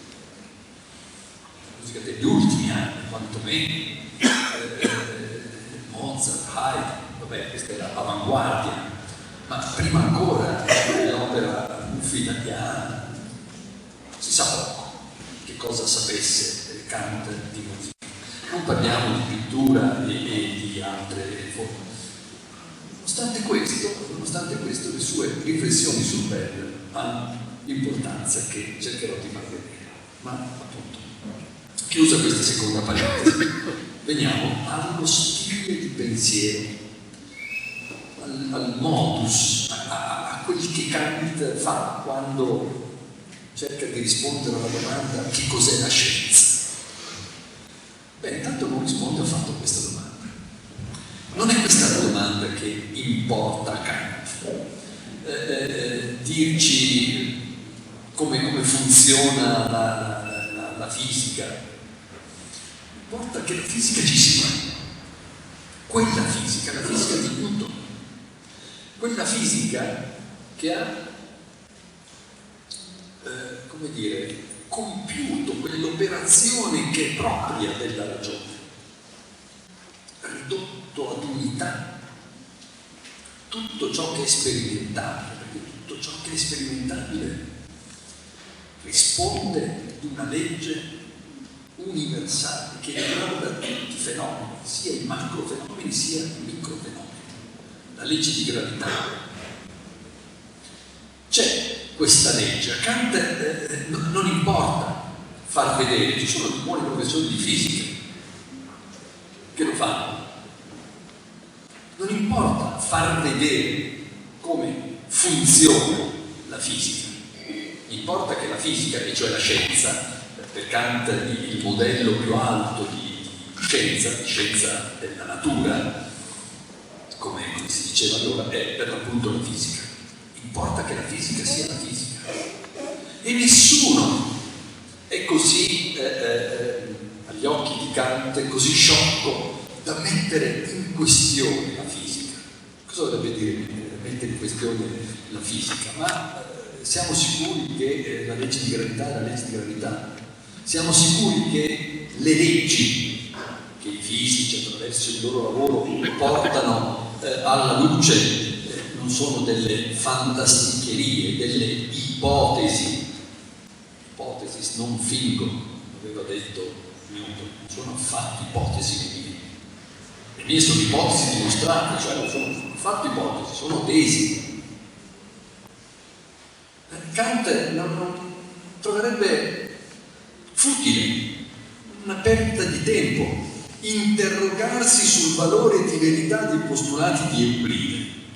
la musica degli ultimi anni, quantomeno, Mozart, Haydn, vabbè, questa era avanguardia, ma prima ancora l'opera buffa italiana, si sa poco che cosa sapesse Kant di musica. Non parliamo di pittura e di altre forme. Nonostante questo, le sue riflessioni sul bello hanno l'importanza che cercherò di far vedere. Ma appunto, chiusa questa seconda parentesi, veniamo allo stile di pensiero, al modus, a quel che Kant fa quando cerca di rispondere alla domanda che cos'è la scienza. Beh, intanto non risponde affatto a questa domanda. Non è questa la domanda che importa a Kant. Dirci come funziona la fisica. Importa che la fisica ci sia. Quella fisica, la fisica di Newton. Quella fisica che ha, compiuto quell'operazione che è propria della ragione, ridotto ad unità tutto ciò che è sperimentabile, perché tutto ciò che è sperimentabile risponde ad una legge universale che riguarda tutti i fenomeni, sia i macrofenomeni sia i microfenomeni, la legge di gravità. C'è questa legge, a Kant non importa far vedere, ci sono buoni professori di fisica che lo fanno, non importa far vedere come funziona la fisica, importa che la fisica, e cioè la scienza, per Kant il modello più alto di scienza della natura, come si diceva allora, è per l'appunto la fisica. Importa che la fisica sia la fisica. E nessuno è così, agli occhi di Kant, così sciocco da mettere in questione la fisica. Cosa dovrebbe dire mettere in questione la fisica? Ma siamo sicuri che la legge di gravità è la legge di gravità? Siamo sicuri che le leggi che i fisici attraverso il loro lavoro portano alla luce non sono delle fantasticherie, delle ipotesi non fingo, aveva detto Newton, non sono affatto ipotesi le mie sono ipotesi dimostrate, cioè non sono affatto ipotesi, sono tesi. Kant non troverebbe futile, una perdita di tempo, interrogarsi sul valore di verità dei postulati di Euclide.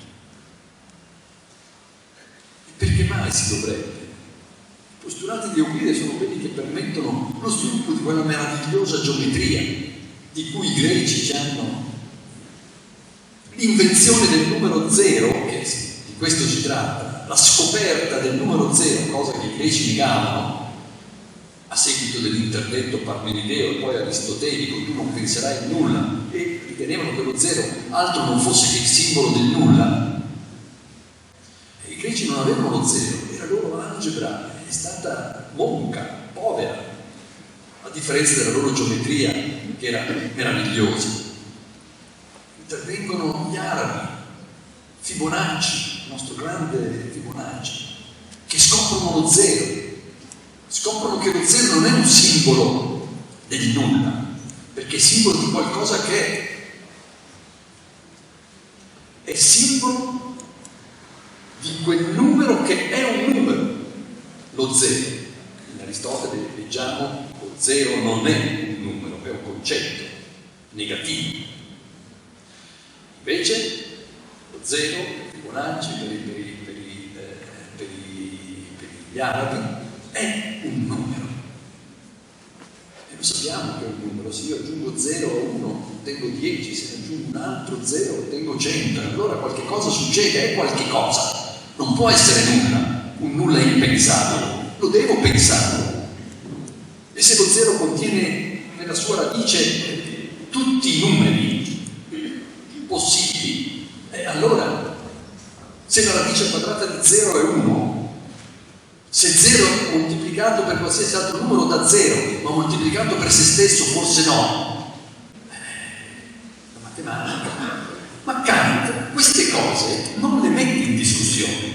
Perché mai si dovrebbe? I postulati di Euclide sono quelli che permettono lo sviluppo di quella meravigliosa geometria di cui i greci hanno l'invenzione del numero zero, che di questo si tratta, la scoperta del numero zero, cosa che i greci negavano a seguito dell'intervento parmenideo e poi aristotelico. Tu non penserai a nulla, e ritenevano che lo zero altro non fosse che il simbolo del nulla. E i greci non avevano lo zero, e la loro algebra è stata monca, povera, a differenza della loro geometria che era meravigliosa. Intervengono gli arabi, Fibonacci, il nostro grande Fibonacci, che scoprono lo zero, scoprono che lo zero non è un simbolo del nulla, perché è simbolo di qualcosa che è simbolo di quel numero che è un numero, lo zero. In Aristotele leggiamo lo zero non è un numero, è un concetto negativo. Invece lo zero, Fibonacci per gli arabi, è un numero. E lo sappiamo che è un numero. Se io aggiungo 0 a 1 ottengo 10, se ne aggiungo un altro 0 ottengo 100. Allora qualche cosa succede, è qualche cosa. Non può essere nulla, un nulla impensabile. Lo devo pensare. E se lo 0 contiene nella sua radice tutti i numeri possibili, allora se la radice quadrata di 0 è 1, se 0 moltiplicato per qualsiasi altro numero da 0, ma moltiplicato per se stesso forse no, la matematica. Ma Kant queste cose non le mette in discussione.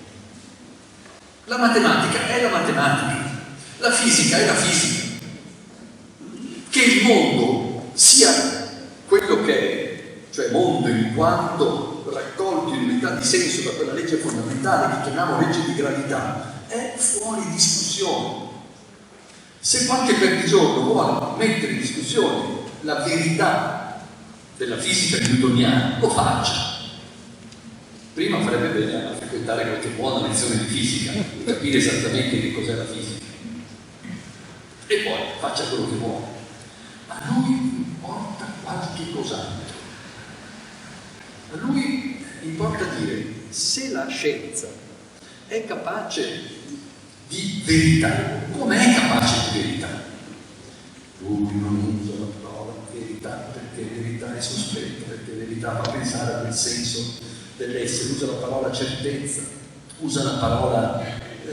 La matematica è la matematica, la fisica è la fisica. Che il mondo sia quello che è, cioè mondo in quanto raccolti in unità di senso da quella legge fondamentale che chiamiamo legge di gravità, è fuori discussione. Se qualche perdigiorno vuole mettere in discussione la verità della fisica newtoniana, lo faccia. prima farebbe bene a frequentare qualche buona lezione di fisica per capire esattamente che cos'è la fisica, e poi faccia quello che vuole. Ma a lui importa qualche cos'altro. A lui importa dire: se la scienza è capace di verità, come è capace di verità? Lui non usa la parola verità perché verità è sospetta, perché verità fa pensare a quel senso dell'essere, usa la parola certezza, usa la parola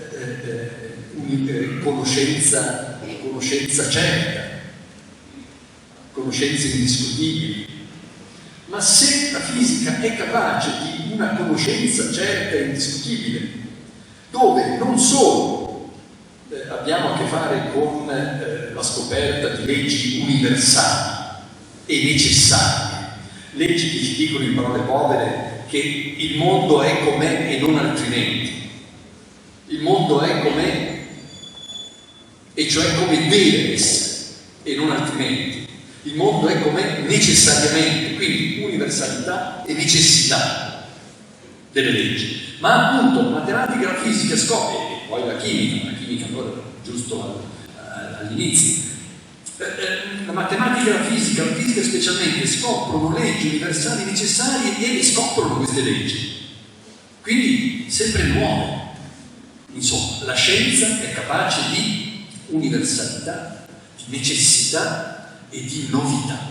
conoscenza certa, conoscenze indiscutibili. Ma se la fisica è capace di una conoscenza certa e indiscutibile, dove non solo abbiamo a che fare con la scoperta di leggi universali e necessarie, leggi che ci dicono in parole povere che il mondo è com'è e non altrimenti, il mondo è com'è e cioè come deve essere e non altrimenti, il mondo è com'è necessariamente, quindi universalità e necessità delle leggi. Ma appunto la matematica e la fisica scopre, e poi la chimica allora giusto all'inizio, la matematica e la fisica specialmente scoprono leggi universali necessarie e le scoprono queste leggi, quindi sempre nuove. Insomma, la scienza è capace di universalità, di necessità e di novità.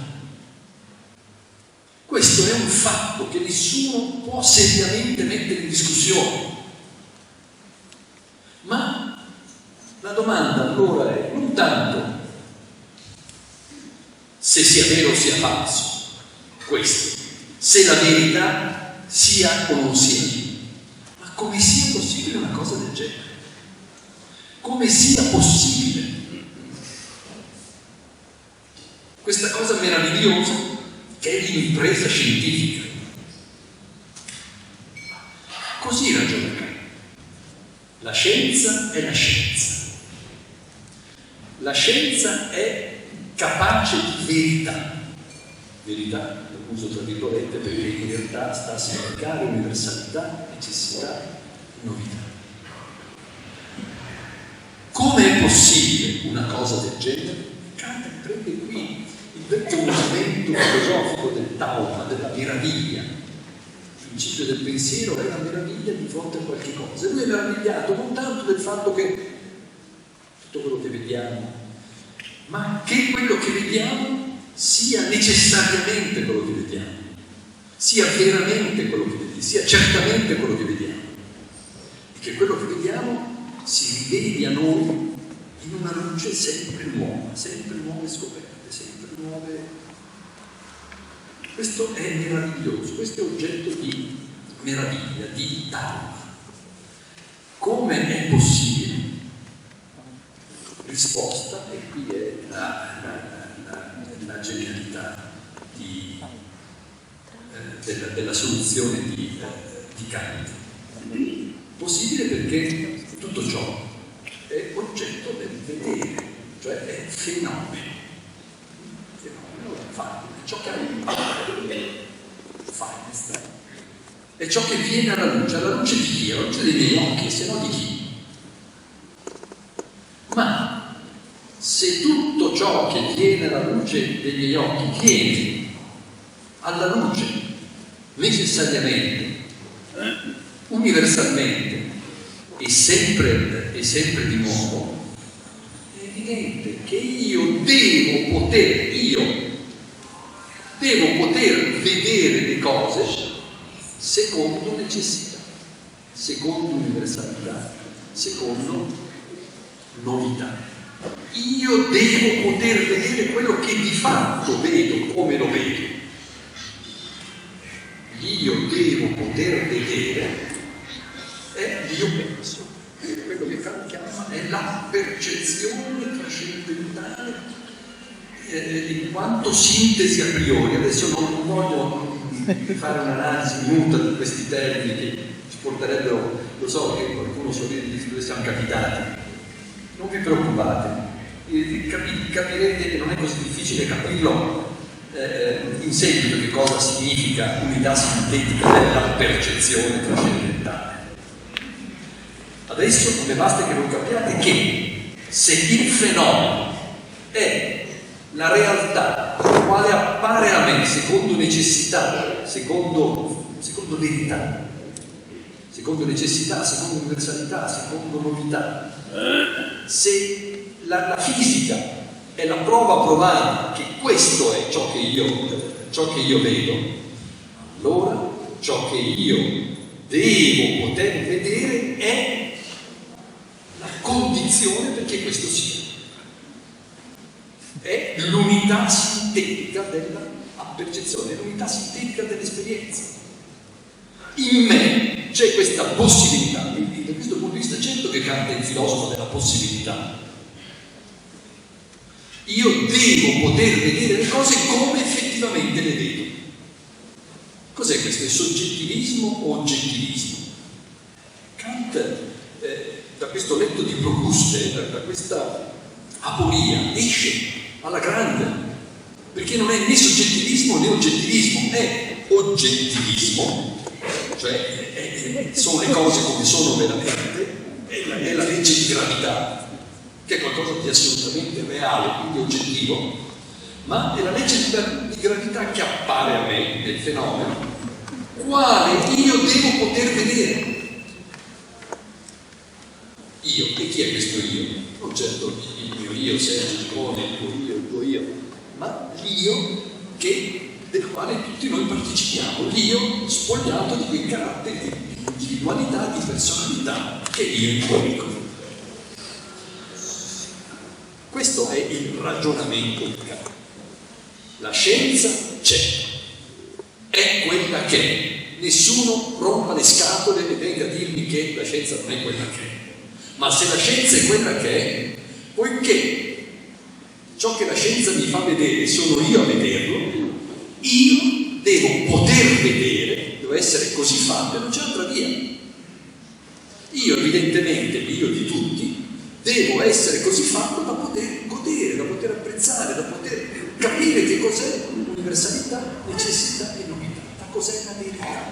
Questo è un fatto che nessuno può seriamente mettere in discussione. Ma la domanda allora è non tanto se sia vero o sia falso questo, se la verità sia o non sia, ma come sia possibile una cosa del genere, come sia possibile questa cosa meravigliosa che è l'impresa scientifica. Così ragiona Kant. La scienza è la scienza. La scienza è capace di verità. Verità, lo uso tra virgolette perché in realtà sta a significare universalità, necessità, novità. Come è possibile una cosa del genere? Kant prende qui il vecchio movimento filosofico del Tauma, della meraviglia. Il principio del pensiero è la meraviglia di fronte a qualche cosa. E lui è meravigliato non tanto del fatto che tutto quello che vediamo, ma che quello che vediamo sia necessariamente quello che vediamo, sia veramente quello che vediamo, sia certamente quello che vediamo, e che quello che vediamo si riveli a noi in una luce sempre nuova, sempre nuove scoperte, sempre nuove. Questo è meraviglioso, questo è oggetto di meraviglia, di Tauma. Come è possibile? Risposta, e qui è la genialità della soluzione di Kant. Possibile perché tutto ciò è oggetto del vedere, cioè è fenomeno. È ciò che è ciò che viene alla luce di chi? Alla luce dei miei occhi, se no di chi? Ma se tutto ciò che viene alla luce dei miei occhi viene alla luce necessariamente, universalmente e sempre di nuovo, è evidente che io devo poter vedere le cose secondo necessità, secondo universalità, secondo novità. Io devo poter vedere quello che di fatto vedo, come lo vedo. Io devo poter vedere è l'io penso, quello che Kant chiama è la percezione trascendentale in quanto sintesi a priori. Adesso non voglio fare un'analisi minuta di questi termini che ci porterebbero, lo so che qualcuno sorride e dice dove siamo capitati. Non vi preoccupate, capirete che non è così difficile capirlo in seguito che cosa significa unità sintetica della percezione trascendentale. Adesso non ne basta che voi capiate che se il fenomeno è la realtà quale appare a me secondo necessità, secondo verità, secondo necessità, secondo universalità, secondo novità, se la fisica è la prova provata che questo è ciò che io vedo, allora ciò che io devo poter vedere è la condizione perché questo sia. È l'unità sintetica della percezione, è l'unità sintetica dell'esperienza. In me c'è questa possibilità, quindi da questo punto di vista certo che Kant è il filosofo della possibilità. Io devo poter vedere le cose come effettivamente le vedo. Cos'è questo? È soggettivismo o oggettivismo? Kant, da questo letto di Procuste, da questa aporia, esce alla grande, perché non è né soggettivismo né oggettivismo, è oggettivismo, cioè sono le cose come sono veramente, è la legge di gravità, che è qualcosa di assolutamente reale, quindi oggettivo, ma è la legge di gravità che appare a me nel fenomeno, quale io devo poter vedere. Io, e chi è questo io? Non certo il mio io, Sergio Gipone, il tuo io, ma l'io del quale tutti noi partecipiamo, l'io spogliato di quei caratteri di individualità, di personalità che io impongo. Questo è il ragionamento di Kant. La scienza c'è, è quella che è. Nessuno rompa le scatole e venga a dirmi che la scienza non è quella che è. Ma se la scienza è quella che è, poiché ciò che la scienza mi fa vedere sono io a vederlo, io devo poter vedere, devo essere così fatto e non c'è altra via. Io evidentemente, l'io di tutti, devo essere così fatto da poter godere, da poter apprezzare, da poter capire che cos'è universalità, necessità e novità, da cos'è la verità.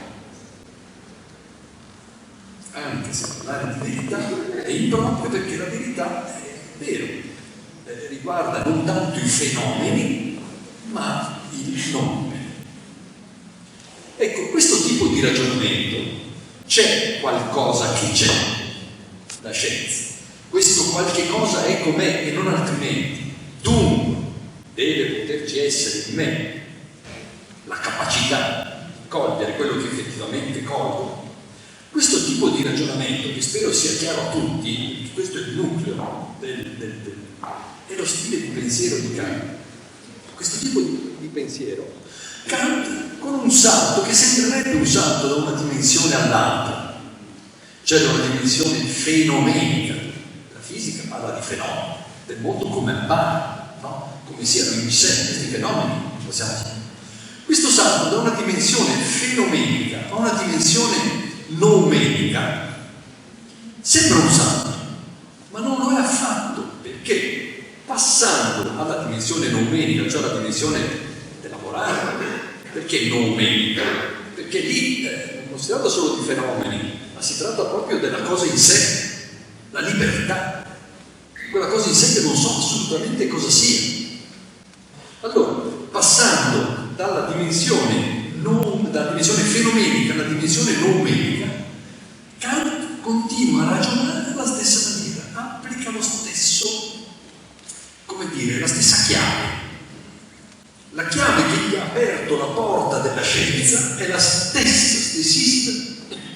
Anche se parlare di verità è improprio perché la verità è vero, riguarda non tanto i fenomeni ma il non. Ecco, questo tipo di ragionamento c'è qualcosa che c'è, la scienza. Questo qualche cosa è com'è e non altrimenti. Dunque deve poterci essere in me la capacità di cogliere quello che effettivamente colgo. Questo tipo di ragionamento, che spero sia chiaro a tutti, questo è il nucleo dello stile di pensiero di Kant. Questo tipo di pensiero, Kant con un salto che sembrerebbe un salto da una dimensione all'altra, cioè da una dimensione fenomenica. La fisica parla di fenomeni, del mondo come appare, no? Come siano in sé questi fenomeni, possiamo dire. Questo salto da una dimensione fenomenica a una dimensione noumenica sembra un salto, ma non lo è affatto, perché passando alla dimensione noumenica, cioè alla dimensione della morale, perché noumenica? Perché lì non si tratta solo di fenomeni, ma si tratta proprio della cosa in sé, la libertà, quella cosa in sé che non so assolutamente cosa sia. Allora, passando dalla dimensione fenomenica alla dimensione noumenica, Kant continua a ragionare alla stessa maniera, applica lo stesso, come dire, la stessa chiave. La chiave che gli ha aperto la porta della scienza è la stessissima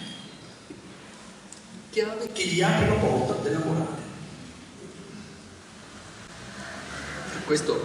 chiave che gli apre la porta della morale. Questo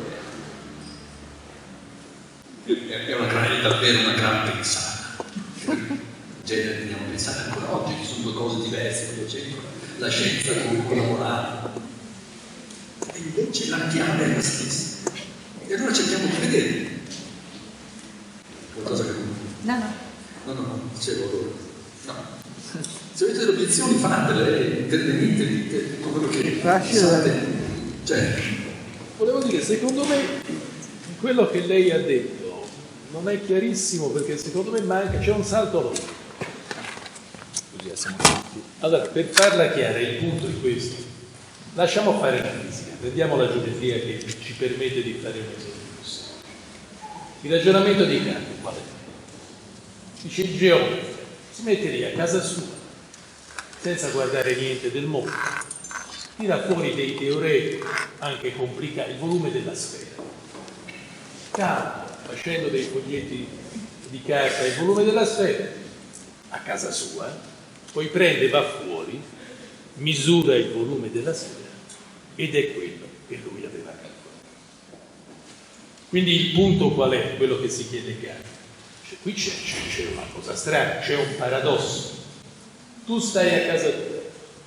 è davvero una gran pensata. In genere dobbiamo pensare ancora oggi che sono due cose diverse, quello c'è la scienza con la morale. E invece la chiave è la stessa. E allora cerchiamo di vedere. Qualcosa che No, dicevo allora. No. Se avete delle obiezioni fatele, intervenite, dite tutto quello che pensate. Cioè, volevo dire, secondo me quello che lei ha detto non è chiarissimo, perché secondo me manca, c'è un salto logico. Così siamo tutti. Allora, per farla chiara, il punto è questo. Lasciamo fare la fisica, prendiamo la geometria che ci permette di fare un esempio. Il ragionamento di Kant qual è? Dice il geometra si mette lì a casa sua, senza guardare niente del mondo, tira fuori dei teoremi anche complicati, il volume della sfera, calma, facendo dei foglietti di carta il volume della sfera a casa sua, poi prende, va fuori, misura il volume della sfera ed è quello che lui aveva calcolato. Quindi il punto qual è? Quello che si chiede Kant. Cioè, qui c'è una cosa strana, c'è un paradosso. Tu stai a casa tua,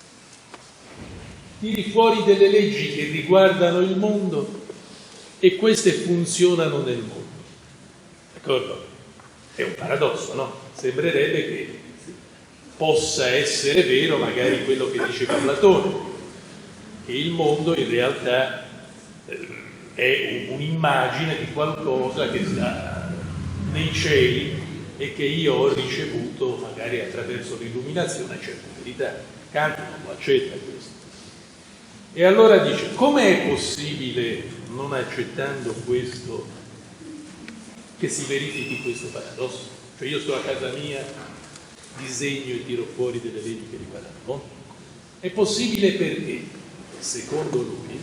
tiri fuori delle leggi che riguardano il mondo e queste funzionano nel mondo. D'accordo? È un paradosso, no? Sembrerebbe che possa essere vero magari quello che diceva Platone, che il mondo in realtà è un'immagine di qualcosa che sta nei cieli e che io ho ricevuto magari attraverso l'illuminazione a certe verità. Kant non lo accetta questo. E allora dice, come è possibile, non accettando questo, che si verifichi questo paradosso? Cioè io sto a casa mia, disegno e tiro fuori delle leggi che riguardano il mondo. È possibile perché, secondo lui,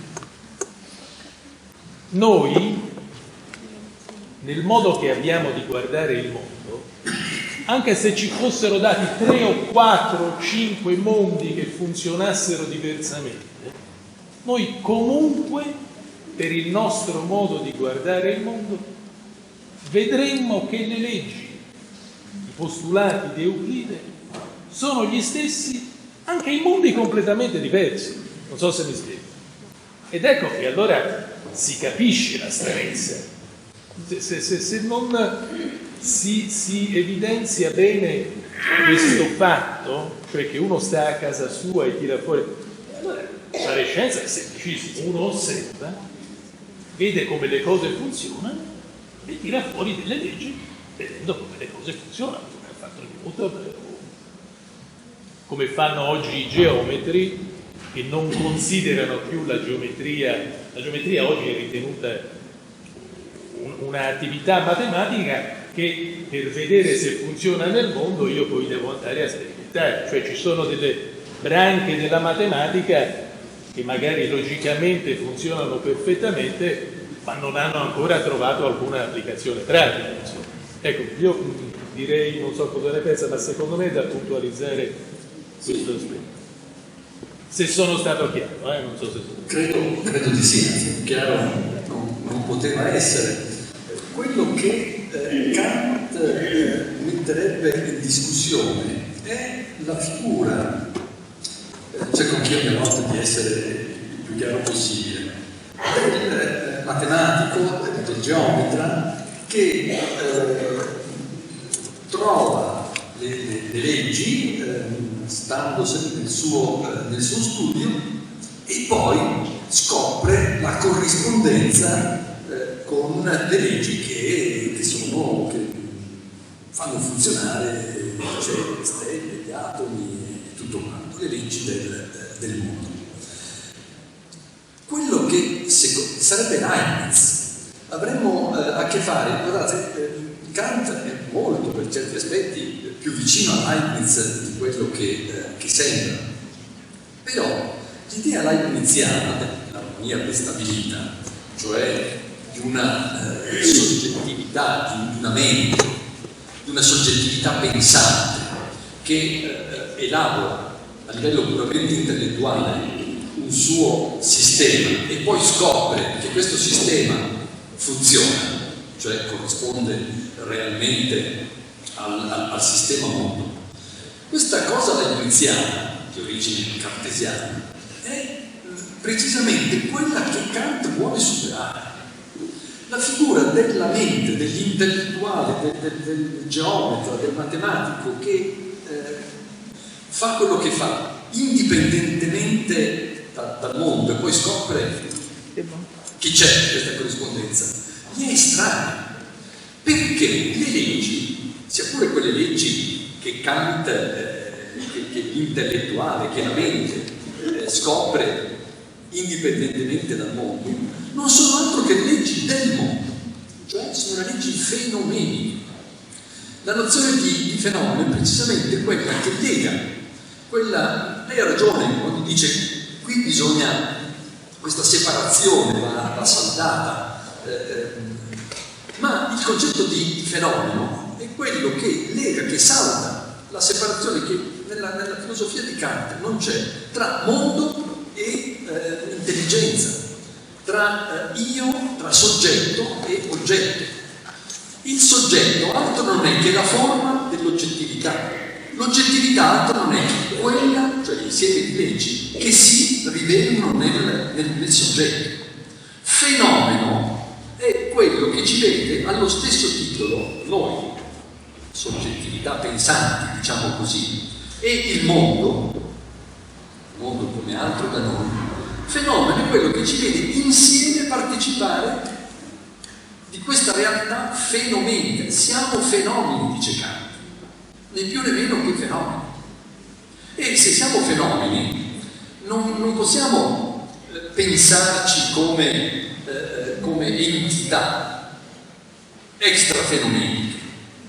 noi, nel modo che abbiamo di guardare il mondo, anche se ci fossero dati 3 o 4 o 5 mondi che funzionassero diversamente, noi comunque, per il nostro modo di guardare il mondo, vedremmo che le leggi, i postulati di Euclide, sono gli stessi anche in mondi completamente diversi. Non so se mi spiego. Ed ecco che allora si capisce la stranezza. Se non si evidenzia bene questo fatto, cioè che uno sta a casa sua e tira fuori, allora fare scienza è semplicissimo. Uno osserva, vede come le cose funzionano e tira fuori delle leggi vedendo come le cose funzionano, come ha fatto Newton, come fanno oggi i geometri, che non considerano più la geometria. La geometria oggi è ritenuta un'attività matematica che per vedere se funziona nel mondo io poi devo andare a sperimentare, cioè ci sono delle branche della matematica che magari logicamente funzionano perfettamente ma non hanno ancora trovato alcuna applicazione pratica. Ecco, io direi, non so cosa ne pensa, ma secondo me è da puntualizzare questo aspetto. Se sono stato chiaro, non so se sono... Credo di sì, chiaro non poteva essere. Quello che Kant metterebbe in discussione è la figura, cerco anch'io mia volta di essere il più chiaro possibile, del matematico, del geometra che trova le leggi stando sempre nel suo studio e poi scopre la corrispondenza con le leggi che fanno funzionare le stelle, gli atomi e tutto quanto, le leggi del mondo. Quello che sarebbe Leibniz, avremmo a che fare, guardate, Kant è molto, per certi aspetti, più vicino a Leibniz di quello che sembra, però l'idea leibniziana dell'armonia prestabilita, cioè di una soggettività, di una mente, di una soggettività pensante che elabora a livello puramente intellettuale un suo sistema e poi scopre che questo sistema funziona, cioè corrisponde realmente al sistema mondo. Questa cosa leibniziana, di origine cartesiana, è precisamente quella che Kant vuole superare. La figura della mente, dell'intellettuale, del geometra, del matematico che fa quello che fa indipendentemente dal mondo e poi scopre che c'è questa corrispondenza. mi è estraneo. Perché le leggi, sia pure quelle leggi che Kant, che l'intellettuale, che la mente scopre indipendentemente dal mondo, non sono altro che leggi del mondo, cioè sono le leggi fenomeniche. La nozione di fenomeno è precisamente quella che lega, lei ha ragione quando dice qui bisogna, questa separazione va saldata, ma il concetto di fenomeno è quello che lega, che salda la separazione che nella filosofia di Kant non c'è tra mondo e intelligenza, tra io, tra soggetto e oggetto. Il soggetto altro non è che la forma dell'oggettività, l'oggettività altro non è che quella, cioè l'insieme di leggi che si rivelano nel soggetto. Fenomeno è quello che ci vede allo stesso titolo noi, soggettività pensanti, diciamo così, e il mondo come altro da noi. Fenomeno è quello che ci vede insieme partecipare di questa realtà fenomenica. Siamo fenomeni, dice Kant, né più né meno che fenomeni. E se siamo fenomeni non possiamo pensarci come entità extrafenomeniche.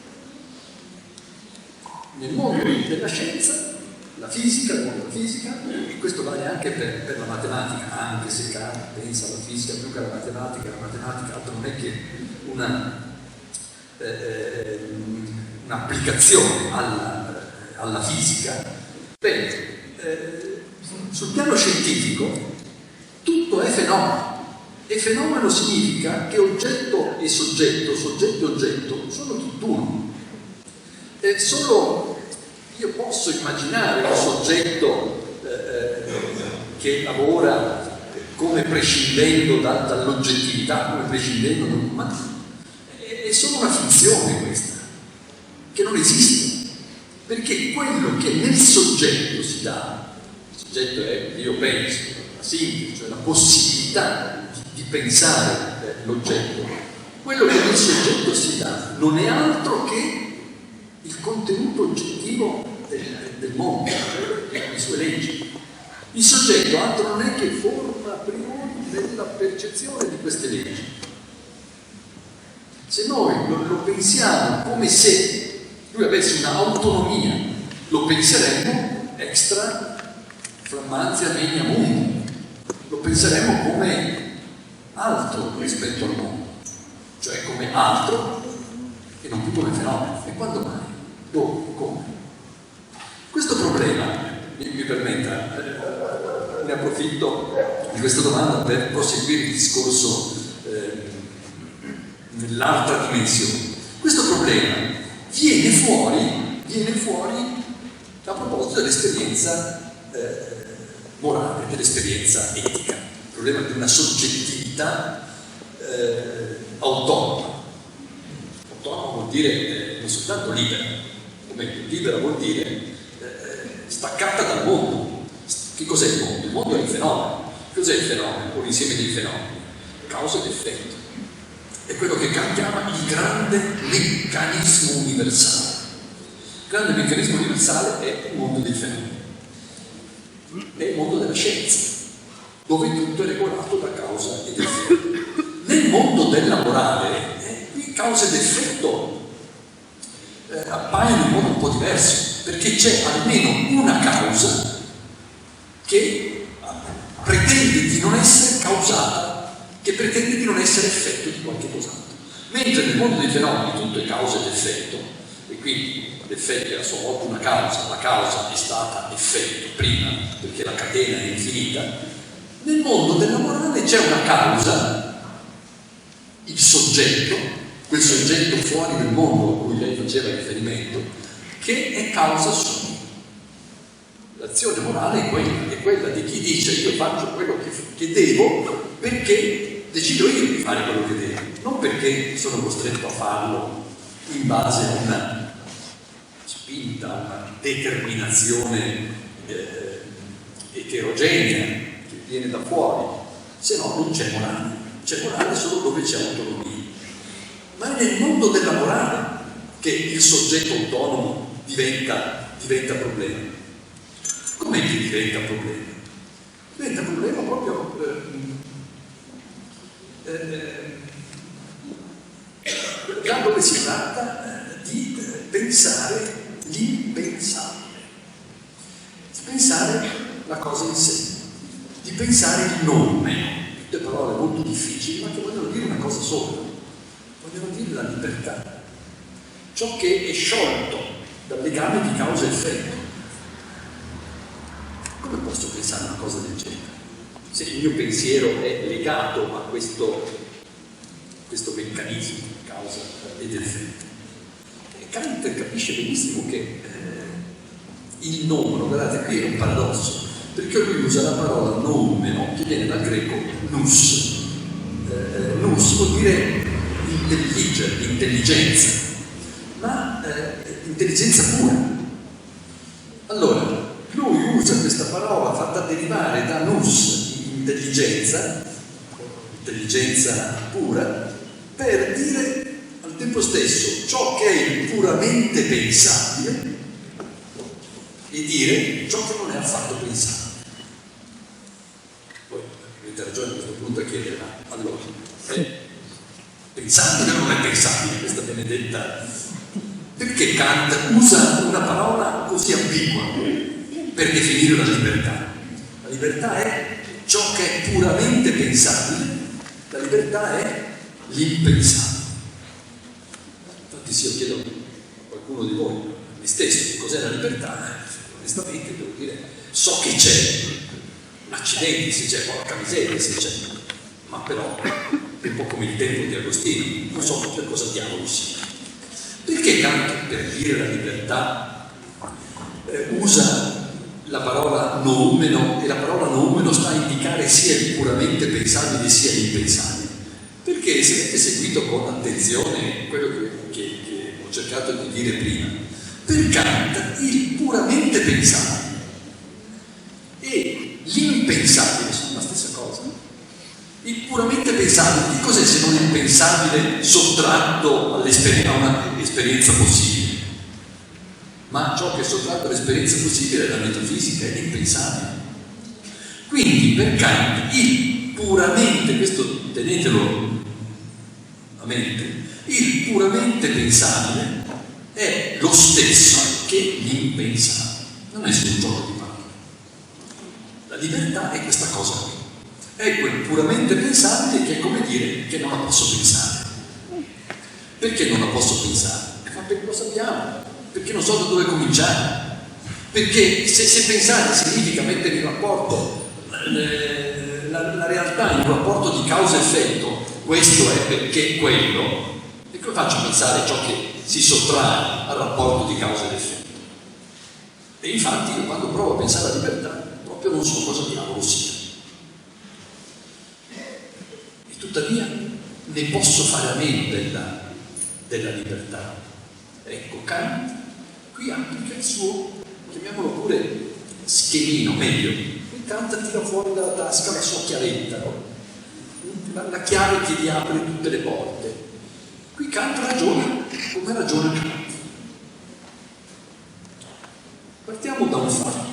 Nel mondo della scienza, la fisica, il mondo della fisica, e questo vale anche per la matematica, anche se Kant pensa alla fisica più che alla matematica altro non è che un'applicazione alla fisica. Sul piano scientifico tutto è fenomeno, e fenomeno significa che oggetto e soggetto e oggetto sono tutt'uno. Solo io posso immaginare un soggetto che lavora come prescindendo dall'oggettività, come prescindendo ma è solo una finzione questa, che non esiste, perché quello che nel soggetto si dà, il soggetto è, io penso, la sintesi, cioè la possibilità di pensare l'oggetto, quello che nel soggetto si dà non è altro che il contenuto oggettivo del mondo, cioè le sue leggi. Il soggetto altro non è che forma a priori della percezione di queste leggi. Se noi lo pensiamo come se lui avesse un'autonomia, lo penseremmo extra flammantia menia mundi, lo penseremmo come altro rispetto al mondo, cioè come altro e non più come fenomeno. E quando mai? Dove? Come? Questo problema, mi permetta, ne approfitto di questa domanda per proseguire il discorso nell'altra dimensione. Questo problema viene fuori a proposito dell'esperienza morale, dell'esperienza etica, il problema di una soggettività autonoma. Autonoma vuol dire non soltanto libera, o meglio, libera vuol dire staccata dal mondo. Che cos'è il mondo? Il mondo è il fenomeno. Cos'è il fenomeno? O l'insieme dei fenomeni? Causa ed effetto. È quello che Kant chiama il grande meccanismo universale. Il grande meccanismo universale è il mondo dei fenomeni, è il mondo della scienza, dove tutto è regolato da causa ed effetto. Nel mondo della morale, qui causa ed effetto appaiono in modo un po' diverso, perché c'è almeno una causa che pretende di non essere causata, che pretende di non essere effetto di qualche cos'altro. Mentre nel mondo dei fenomeni tutto è causa ed effetto, e quindi l'effetto è a sua volta una causa, la causa è stata effetto prima, perché la catena è infinita. Nel mondo della morale c'è una causa, il soggetto, quel soggetto fuori del mondo a cui lei faceva riferimento, che è causa sua. L'azione morale è quella di chi dice io faccio quello che devo perché decido io di fare quello che devo, non perché sono costretto a farlo in base a una spinta, una determinazione eterogenea che viene da fuori, se no non c'è morale. C'è morale solo dove c'è autonomia. ma è nel mondo della morale che il soggetto autonomo diventa problema. Com'è che diventa problema? Diventa problema proprio là dove si tratta di pensare l'impensabile, di pensare la cosa in sé, di pensare il non meno. Tutte parole molto difficili, ma che vogliono dire una cosa sola, vogliono dire la libertà, ciò che è sciolto dal legame di causa e effetto. Come posso pensare una cosa del genere? Se il mio pensiero è legato a questo meccanismo di causa ed effetto. Kant capisce benissimo che il noumeno, guardate, qui è un paradosso, perché lui usa la parola noumeno, che viene dal greco nous. Nous vuol dire intelligere, intelligenza, ma intelligenza pura. Allora, lui usa questa parola fatta derivare da nous, intelligenza pura, per dire al tempo stesso ciò che è il puramente pensabile e dire ciò che non è affatto pensabile. Poi avete ragione a questo punto a chiedere, ma allora pensabile o non è pensabile questa benedetta? Perché Kant usa una parola così ambigua per definire la libertà? La libertà è ciò che è puramente pensabile, la libertà è l'impensabile. Infatti se io chiedo a qualcuno di voi, a me stesso, che cos'è la libertà, onestamente devo dire, so che c'è, accidenti se c'è, porca miseria se c'è, ma però è un po' come il tempo di Agostino, non so per cosa diavolo sia. Perché tanto per dire la libertà usa la parola noumeno, e la parola noumeno sta a indicare sia il puramente pensabile sia l'impensabile? Perché se avete seguito con attenzione quello che ho cercato di dire prima, per Kant il puramente pensabile e l'impensabile sono la stessa cosa. Il puramente pensabile, che cos'è se non il pensabile sottratto a un'esperienza possibile? Ma ciò che è sottratto all'esperienza possibile è la metafisica, è l'impensabile. Quindi per Kant il puramente, questo tenetelo a mente, il puramente pensabile è lo stesso che l'impensabile. Non è solo un gioco di parole. La libertà è questa cosa qui. È quel puramente pensabile che è come dire che non la posso pensare. Perché non la posso pensare? Ma perché lo sappiamo, perché non so da dove cominciare. Perché se pensare significa mettere in rapporto la realtà in un rapporto di causa-effetto, questo è perché quello, e come faccio a pensare ciò che si sottrae al rapporto di causa ed effetto? E infatti io quando provo a pensare alla libertà proprio non so cosa diavolo sia. E tuttavia ne posso fare a meno della libertà. Ecco, Kant qui applica il suo, chiamiamolo pure schemino, meglio. Qui Kant tira fuori dalla tasca la sua chiavetta, no? La chiave che gli apre tutte le porte. Qui Kant ragiona come ragiona Kant. Partiamo da un fatto.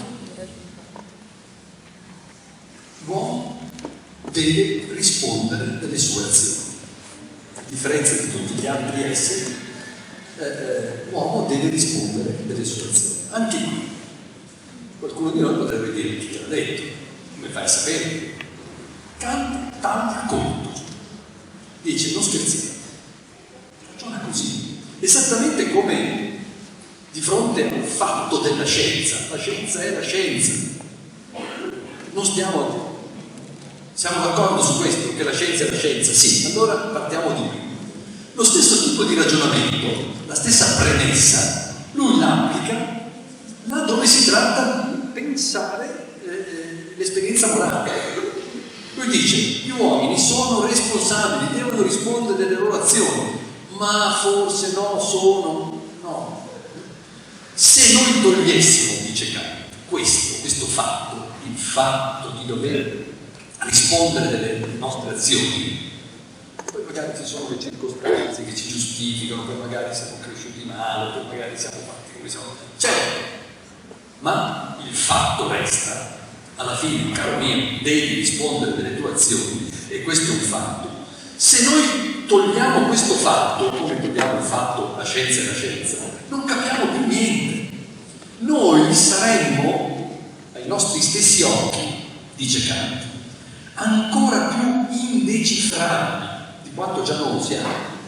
L'uomo deve rispondere delle sue azioni. A differenza di tutti gli altri esseri, l'uomo deve rispondere delle sue azioni. Anche qui, qualcuno di noi potrebbe dire chi te l'ha detto, come fai a sapere? Kant taglia conto, dice non scherziamo, ragiona così, esattamente come di fronte al fatto della scienza. La scienza è la scienza, non siamo d'accordo su questo, che la scienza è la scienza? Sì, allora partiamo di qui. Lo stesso tipo di ragionamento, la stessa premessa, lui l'applica là dove si tratta di pensare l'esperienza morale. Lui dice, gli uomini sono responsabili, devono rispondere delle loro azioni, ma forse no. Se noi togliessimo, dice Kant, questo fatto, il fatto di dover rispondere delle nostre azioni, poi magari ci sono le circostanze che ci giustificano, poi magari siamo cresciuti male, poi magari siamo fatti come siamo. Certo, ma il fatto resta, alla fine, caro mio, devi rispondere delle tue azioni, e questo è un fatto. Se noi togliamo questo fatto, come togliamo il fatto, la scienza è la scienza, non capiamo più niente. Noi saremmo, ai nostri stessi occhi, dice Kant, ancora più indecifrabili di quanto già non lo siamo.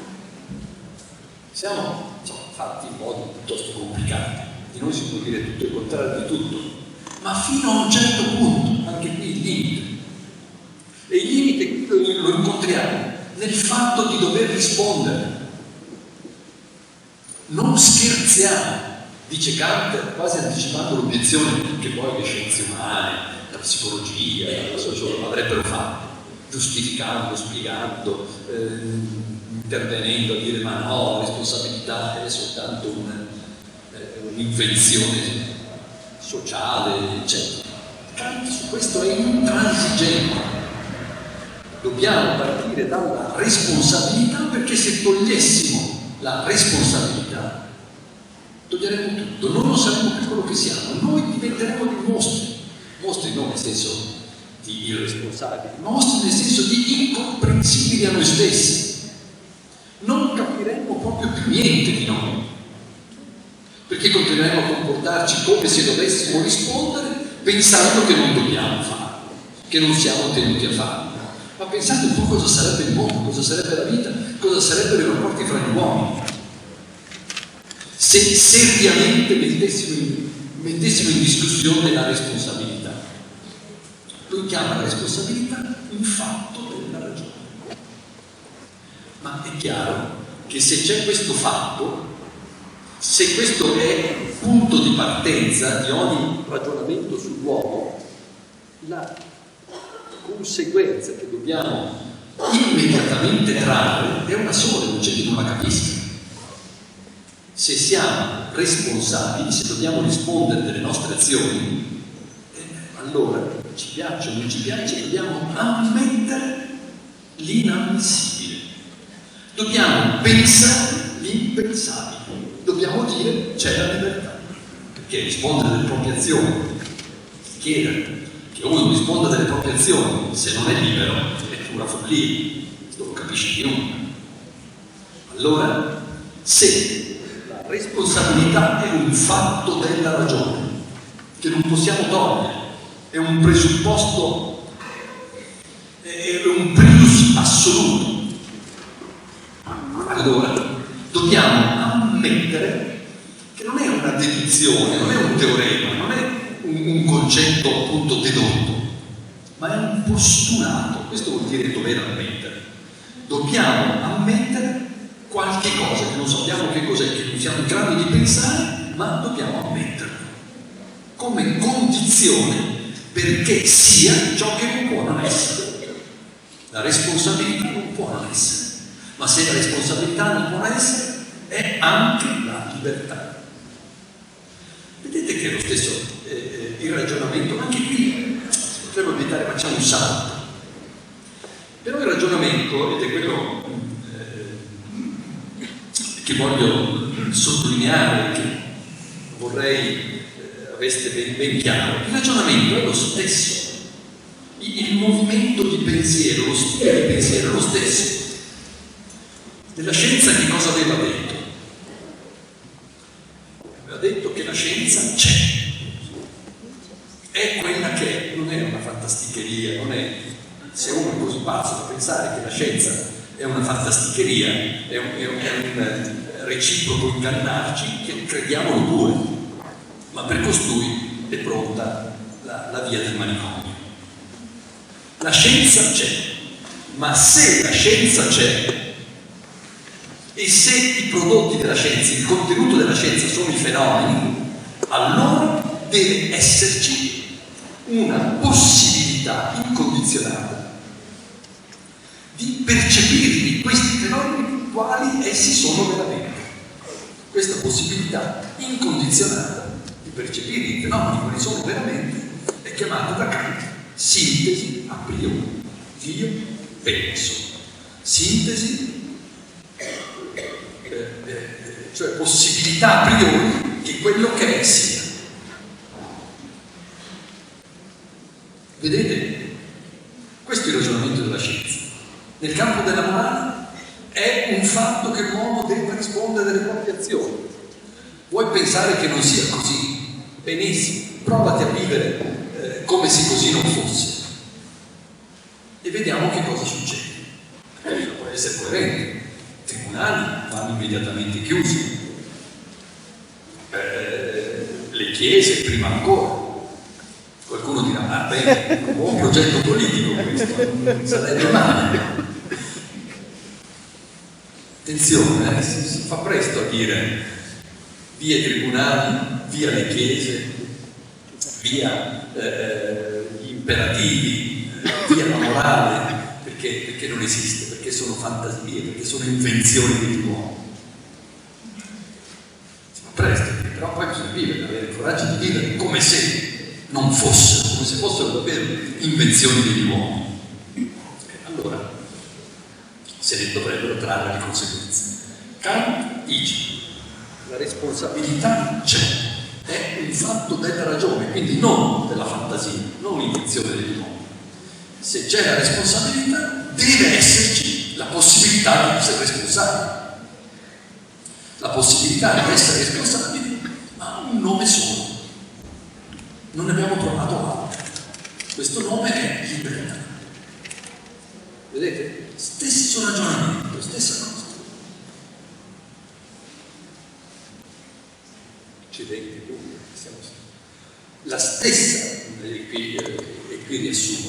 Siamo fatti in modi piuttosto complicati, di noi si può dire tutto il contrario di tutto, ma fino a un certo punto, anche qui il limite. E il limite qui lo incontriamo nel fatto di dover rispondere. Non scherziamo, dice Kant, quasi anticipando l'obiezione che poi le scienze umane, la psicologia, la sociologia avrebbero fatto, giustificando, spiegando, intervenendo a dire ma no, la responsabilità è soltanto un'invenzione sociale, eccetera. Kant su questo è intransigente. Dobbiamo partire dalla responsabilità, perché se togliessimo la responsabilità toglieremo tutto, non saremo più quello che siamo, noi diventeremo dei mostri non nel senso di irresponsabili, mostri nel senso di incomprensibili a noi stessi. Non capiremo proprio più niente di noi, perché continueremo a comportarci come se dovessimo rispondere pensando che non dobbiamo farlo, che non siamo tenuti a farlo. Ma pensate un po' cosa sarebbe il mondo, cosa sarebbe la vita, cosa sarebbero i rapporti fra gli uomini, se seriamente mettessimo in discussione la responsabilità. Lui chiama la responsabilità un fatto della ragione. Ma è chiaro che se c'è questo fatto, se questo è il punto di partenza di ogni ragionamento sull'uomo, la conseguenza che dobbiamo immediatamente trarre è una sola, non c'è chi non la capisca. Se siamo responsabili, se dobbiamo rispondere delle nostre azioni, allora ci piace o non ci piace, dobbiamo ammettere l'inammissibile, dobbiamo pensare l'impensabile, dobbiamo dire c'è la libertà, perché rispondere delle proprie azioni, chiedere che uno risponda delle proprie azioni se non è libero è pura follia, questo lo capisce chiunque. Allora, se la responsabilità è un fatto della ragione che non possiamo togliere, è un presupposto, è un prius assoluto, allora dobbiamo ammettere che non è una deduzione, non è un teorema, non è un concetto appunto dedotto, ma è un postulato. Questo vuol dire dover ammettere. Dobbiamo ammettere qualche cosa che non sappiamo che cos'è, che non siamo in grado di pensare, ma dobbiamo ammetterlo come condizione perché sia ciò che non può non essere. La responsabilità non può non essere, ma se la responsabilità non può essere, è anche la libertà. Vedete che è lo stesso il ragionamento, anche qui si potrebbe obiettare, ma c'è un salto. Però il ragionamento, ed è quello che voglio sottolineare, che vorrei aveste ben chiaro, il ragionamento è lo stesso, il movimento di pensiero, lo stile di pensiero è lo stesso. Nella scienza che cosa aveva detto? Aveva detto che la scienza c'è, è quella che non è una fantasticheria, non è, se uno è così pazzo da pensare che la scienza è una fantasticheria, è un reciproco ingannarci, che crediamolo pure, ma per costui è pronta la via del manicomio. La scienza c'è, ma se la scienza c'è e se i prodotti della scienza, il contenuto della scienza sono i fenomeni, allora deve esserci una possibilità incondizionata di percepirli questi fenomeni quali essi sono veramente. Questa possibilità incondizionata di percepire i fenomeni quali sono veramente è chiamata da Kant sintesi a priori. Io penso. sintesi, cioè possibilità a priori che quello che è sia. Vedete? Questo è il ragionamento della scienza. Nel campo della morale è un fatto che l'uomo deve rispondere delle proprie azioni. Vuoi pensare che non sia così? Benissimo, provati a vivere come se così non fosse e vediamo che cosa succede. Non può essere coerente. I tribunali vanno immediatamente chiusi, le chiese prima ancora. Qualcuno dirà, bene, è un buon progetto politico questo, non sarebbe male. Attenzione, si fa presto a dire via i tribunali, via le chiese, via gli imperativi, via la morale, perché non esiste, perché sono fantasie, perché sono invenzioni dell'uomo. Si fa presto, però poi bisogna vivere, avere il coraggio di vivere come se non fossero, come se fossero davvero invenzioni degli uomini. Allora se ne dovrebbero trarre le conseguenze. Kant dice: la responsabilità c'è, è un fatto della ragione, quindi non della fantasia, non un'invenzione degli uomini. Se c'è la responsabilità, deve esserci la possibilità di essere responsabili. La possibilità di essere responsabili ha un nome solo. Non ne abbiamo trovato altro. Questo nome è libertà. Vedete? Stesso ragionamento, stessa cosa. Accidenti, siamo la stessa, e qui riassumo,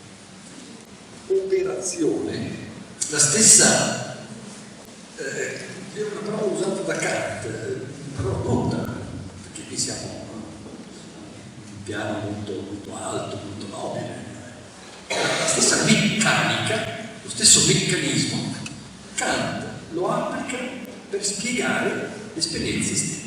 operazione, la stessa, è una parola usata da Kant, una parola brutta, perché qui siamo piano molto alto, molto nobile. La stessa meccanica, lo stesso meccanismo, Kant lo applica per spiegare l'esperienza estetica.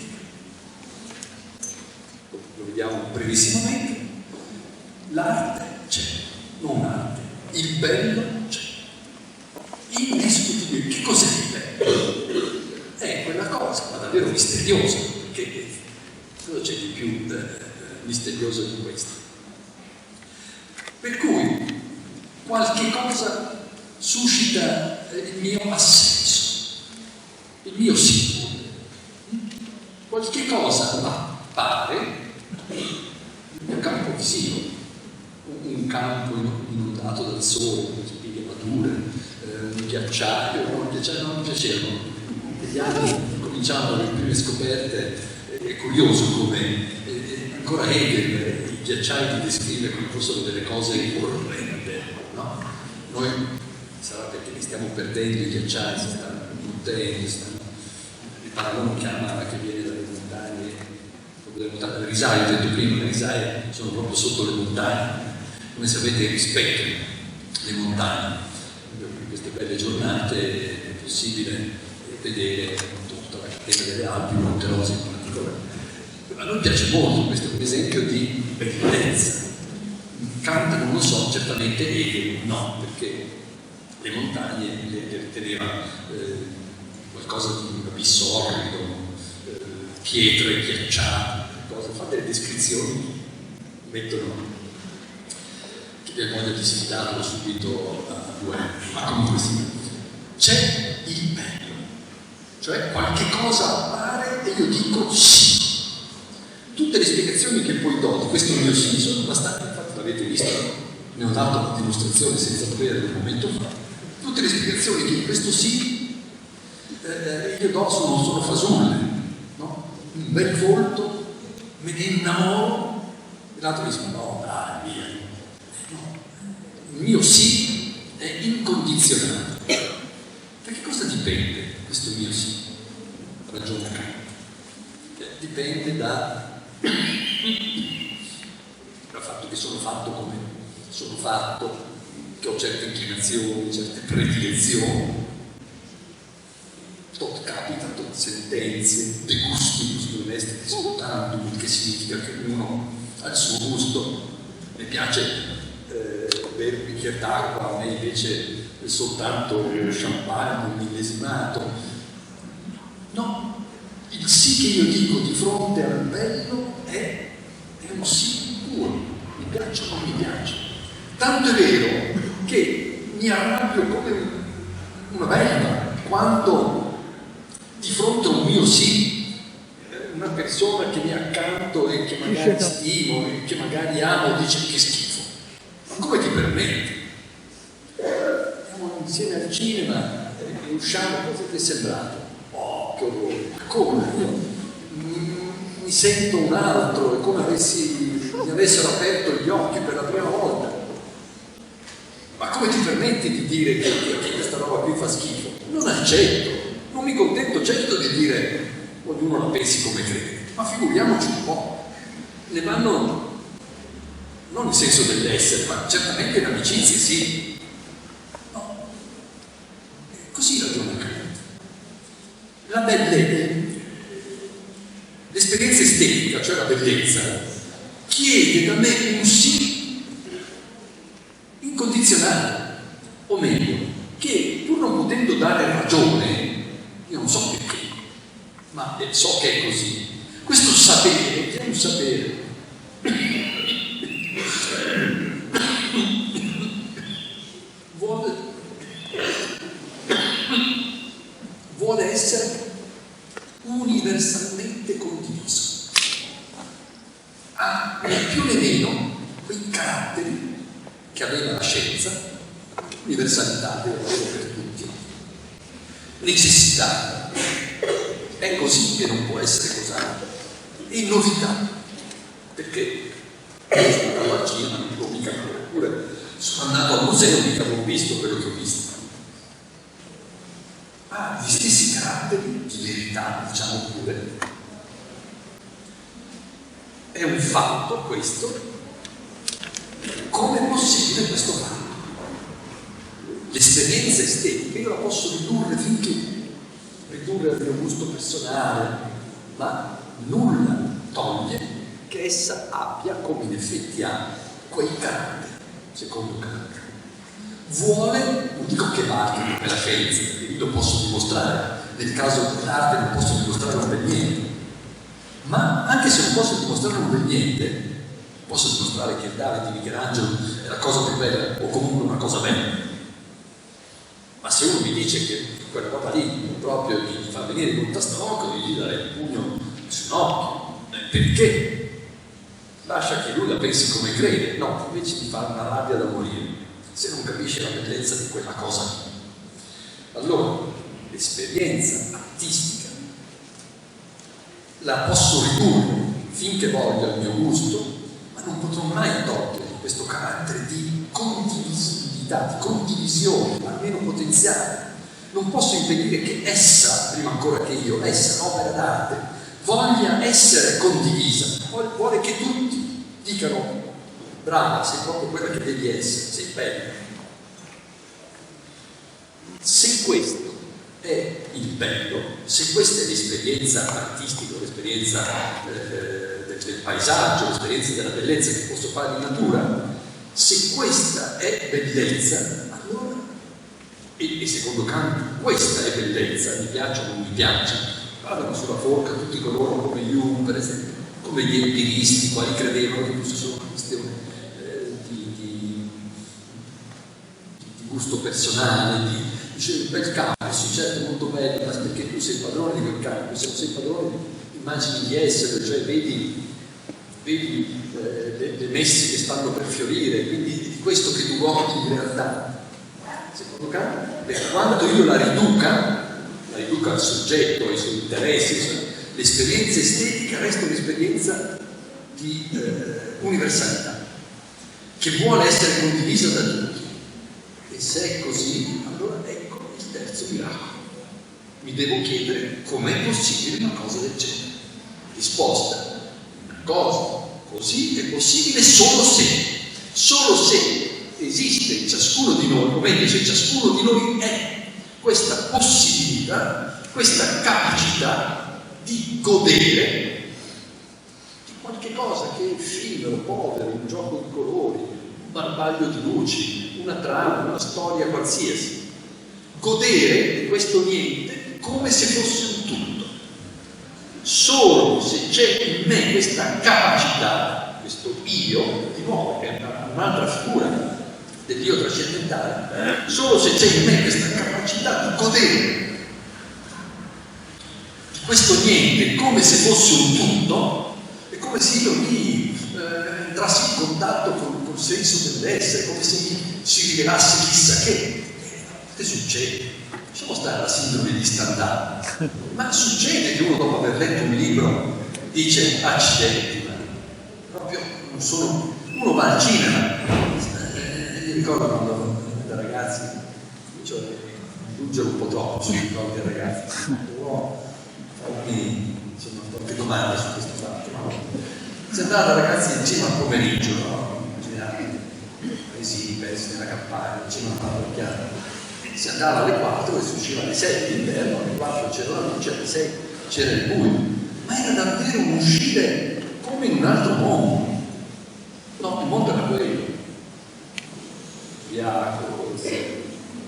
Lo vediamo brevissimamente. L'arte c'è, non arte. Il bello c'è. Indiscutibile. Che cos'è il bello? È quella cosa, ma davvero misteriosa, perché cosa c'è di più misterioso di questo? Per cui qualche cosa suscita il mio assenso, il mio sì. Qualche cosa appare nel mio campo visivo, un campo inondato dal sole, con spighe mature, un ghiacciaio, no, non mi piacevano. Negli anni cominciando le prime scoperte, è curioso come ancora Hegel i ghiacciai li descrive come fossero delle cose orrende, no? Noi sarà perché li stiamo perdendo i ghiacciai, si stanno nutrendo, il paragone chiama che viene dalle montagne, le risaie, ho detto prima, le risaie sono proprio sotto le montagne, come se avete rispecchio le montagne. In queste belle giornate è possibile vedere tutta la catena delle Alpi monterose in particolare. A noi piace molto questo esempio di bellezza. Kant non lo so, certamente Hegel no, perché le montagne le riteneva qualcosa di un abisso orrido, pietre ghiacciate, fa delle descrizioni, mettono che abbiamo voglia di sfidarlo subito a due, ma comunque sì, c'è il bello, cioè qualche cosa appare e io dico sì. Tutte le spiegazioni che poi do di questo mio sì sono bastanti, infatti l'avete visto, ne ho dato una dimostrazione senza volere un momento fa. Tutte le spiegazioni che di questo sì io do sono fasulle, no? Un bel volto, me ne innamoro, e l'altro dice no, dai, via. No, il mio sì è incondizionato. Da che cosa dipende questo mio sì? Ragiona Kant. Dipende dal fatto che sono fatto come sono fatto, che ho certe inclinazioni, certe predilezioni. Tot capita, tot sentenze, de gustus non est disputandum, che significa che ognuno ha il suo gusto. Mi piace bere un bicchiere d'acqua, a me invece soltanto champagne millesimato. No, il sì che io dico di fronte al bello è un sì puro, mi piace o non mi piace. Tanto è vero che mi arrabbio come una bella quando di fronte a un mio sì, una persona che mi è accanto e che magari stimo e che magari amo dice che schifo. Ma come ti permetti? Andiamo insieme al cinema e usciamo, cosa ti è sembrato? Oh, che orrore! Come? Mi sento un altro, è come mi avessero aperto gli occhi per la prima volta. Ma come ti permetti di dire che questa roba qui fa schifo? Non accetto, non mi contento certo di dire ognuno la pensi come crede, ma figuriamoci un po'. Ne vanno, non nel senso dell'essere, ma certamente in amicizie sì. No. Così ragiona Kant. La bellezza, l'esperienza estetica, cioè la bellezza, chiede da me un sì incondizionale, o meglio, che pur non potendo dare ragione, io non so perché, ma so che è così, questo sapere, che è un sapere, vuole essere universalmente condiviso. Ha né più né meno quei caratteri che aveva la scienza, universalità, deve avere per tutti, necessità, è così che non può essere cos'altro, e novità, perché sono andato al cinema, non dico mica, oppure sono andato al museo, mica avevo visto quello che ho visto. Ha gli stessi caratteri di verità, diciamo pure. È un fatto questo. Come è possibile questo fatto? L'esperienza estetica io la posso ridurre al mio gusto personale, ma nulla toglie che essa abbia, come in effetti ha, quei caratteri, secondo Kant. Vuole, non dico che vale come la scienza, perché io lo posso dimostrare, nel caso dell'arte non posso dimostrare un bel niente, ma anche se non posso dimostrare un bel niente, posso dimostrare che il Davide di Michelangelo è la cosa più bella, o comunque una cosa bella. Ma se uno mi dice che quella roba lì proprio gli fa venire il montastomaco, gli darei il pugno sull'occhio. Perché? Lascia che lui la pensi come crede, no, invece di fare una rabbia da morire, se non capisce la bellezza di quella cosa. Allora, l'esperienza artistica la posso ridurre finché voglio al mio gusto, ma non potrò mai togliere questo carattere di condivisibilità, di condivisione, almeno potenziale. Non posso impedire che essa, prima ancora che io, essa, opera d'arte, voglia essere condivisa, vuole che tutti dicano brava, sei proprio quella che devi essere, sei bella. Se questo è il bello, se questa è l'esperienza artistica, l'esperienza del paesaggio, l'esperienza della bellezza che posso fare in natura, se questa è bellezza, allora, e secondo Kant questa è bellezza, mi piace o non mi piace, parlano sulla forca tutti coloro come Jung, per esempio, come gli empiristi, quali credevano che fosse solo una questione di gusto personale, dice il bel campo, sì certo molto bello, ma perché tu sei il padrone di quel campo, se non sei il padrone immagini di essere, cioè vedi le messi che stanno per fiorire, quindi di questo che tu godi in realtà. Secondo Kant, per quanto io la riduca al soggetto, ai suoi interessi, l'esperienza estetica resta un'esperienza di universalità, che vuole essere condivisa da tutti. E se è così, allora ecco il terzo miracolo. Mi devo chiedere com'è possibile una cosa del genere. Risposta: una cosa così è possibile solo se esiste in ciascuno di noi, o meglio se ciascuno di noi è questa possibilità, questa capacità di godere di qualche cosa che è effimero, povero, un gioco di colori, un barbaglio di luci, una trama, una storia qualsiasi. Godere di questo niente come se fosse un tutto. Solo se c'è in me questa capacità, questo io, di nuovo, che è un'altra figura dell'io trascendentale, solo se c'è in me questa capacità di godere di questo niente come se fosse un tutto, è come se io lì entrassi in contatto col senso dell'essere, come se mi si rivelasse chissà che succede? Lasciamo stare la sindrome di Stendhal, ma succede che uno dopo aver letto un libro dice accidenti, proprio non sono, uno va al cinema. Mi ricordo quando da ragazzi cominciò a indulgere un po' troppo sui ricordi dei ragazzi, però farmi qualche domanda su questo fatto. Si andava da ragazzi in cima al pomeriggio, no? Immaginate, paesi nella campagna, in cima al parrocchiale. Si andava alle 4 e si usciva alle 6 d'inverno, alle 4 c'era la luce, alle 6 c'era il buio. Ma era davvero un uscire come in un altro mondo. No, il mondo era quello. Bianco, il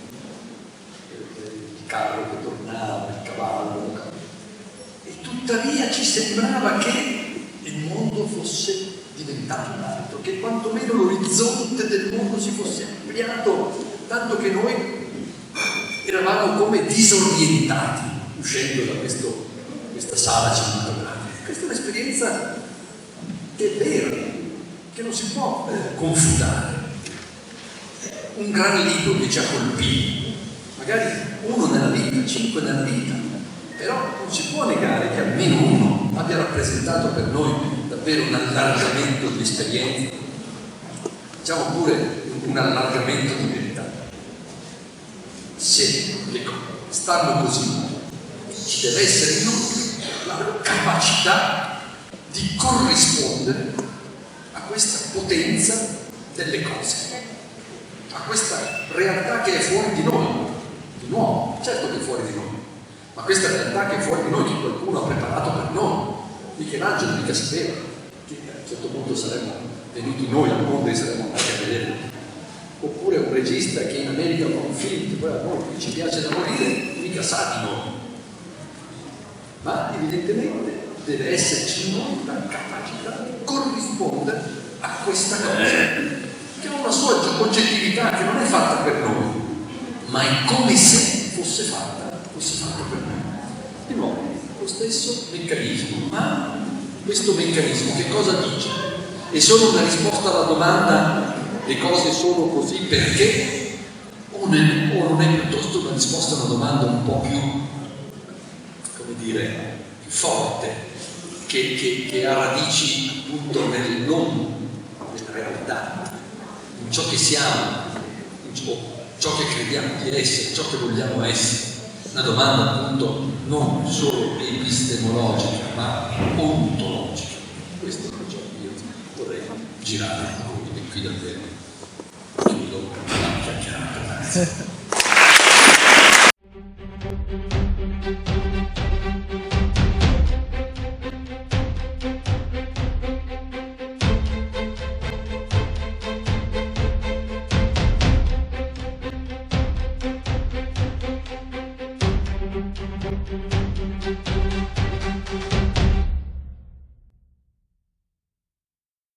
carro che tornava, il cavallo. E tuttavia ci sembrava che il mondo fosse diventato un altro, che quantomeno l'orizzonte del mondo si fosse ampliato, tanto che noi eravamo come disorientati uscendo da questa sala cinematografica. Questa è un'esperienza che è vera, che non si può confutare. Un gran libro che ci ha colpito, magari uno nella vita, 5 nella vita, però non si può negare che almeno uno abbia rappresentato per noi davvero un allargamento di esperienza, diciamo pure un allargamento di verità. Se le cose stanno così, ci deve essere in noi la capacità di corrispondere a questa potenza delle cose, a questa realtà che è fuori di noi, di nuovo, certo che è fuori di noi, ma questa realtà che è fuori di noi, che qualcuno ha preparato per noi. Michelangelo mica sapeva che a un certo punto saremmo venuti noi al mondo e saremmo andati a vedere. Oppure un regista che in America fa un film che poi a noi ci piace da morire, mica sa di noi. Ma evidentemente deve esserci in noi la capacità di corrispondere a questa cosa, che ha una sua oggettività, che non è fatta per noi, ma è come se fosse fatta per noi. Di nuovo, lo stesso meccanismo, ma questo meccanismo che cosa dice? È solo una risposta alla domanda: le cose sono così perché? O non è piuttosto una risposta a una domanda un po' più, come dire, più forte, che ha radici appunto nel non della realtà, in ciò che siamo, in ciò che crediamo di essere, ciò che vogliamo essere. Una domanda appunto non solo epistemologica, ma ontologica. Questo è ciò che io vorrei girare a voi, e qui davvero chiudo la chiacchierata.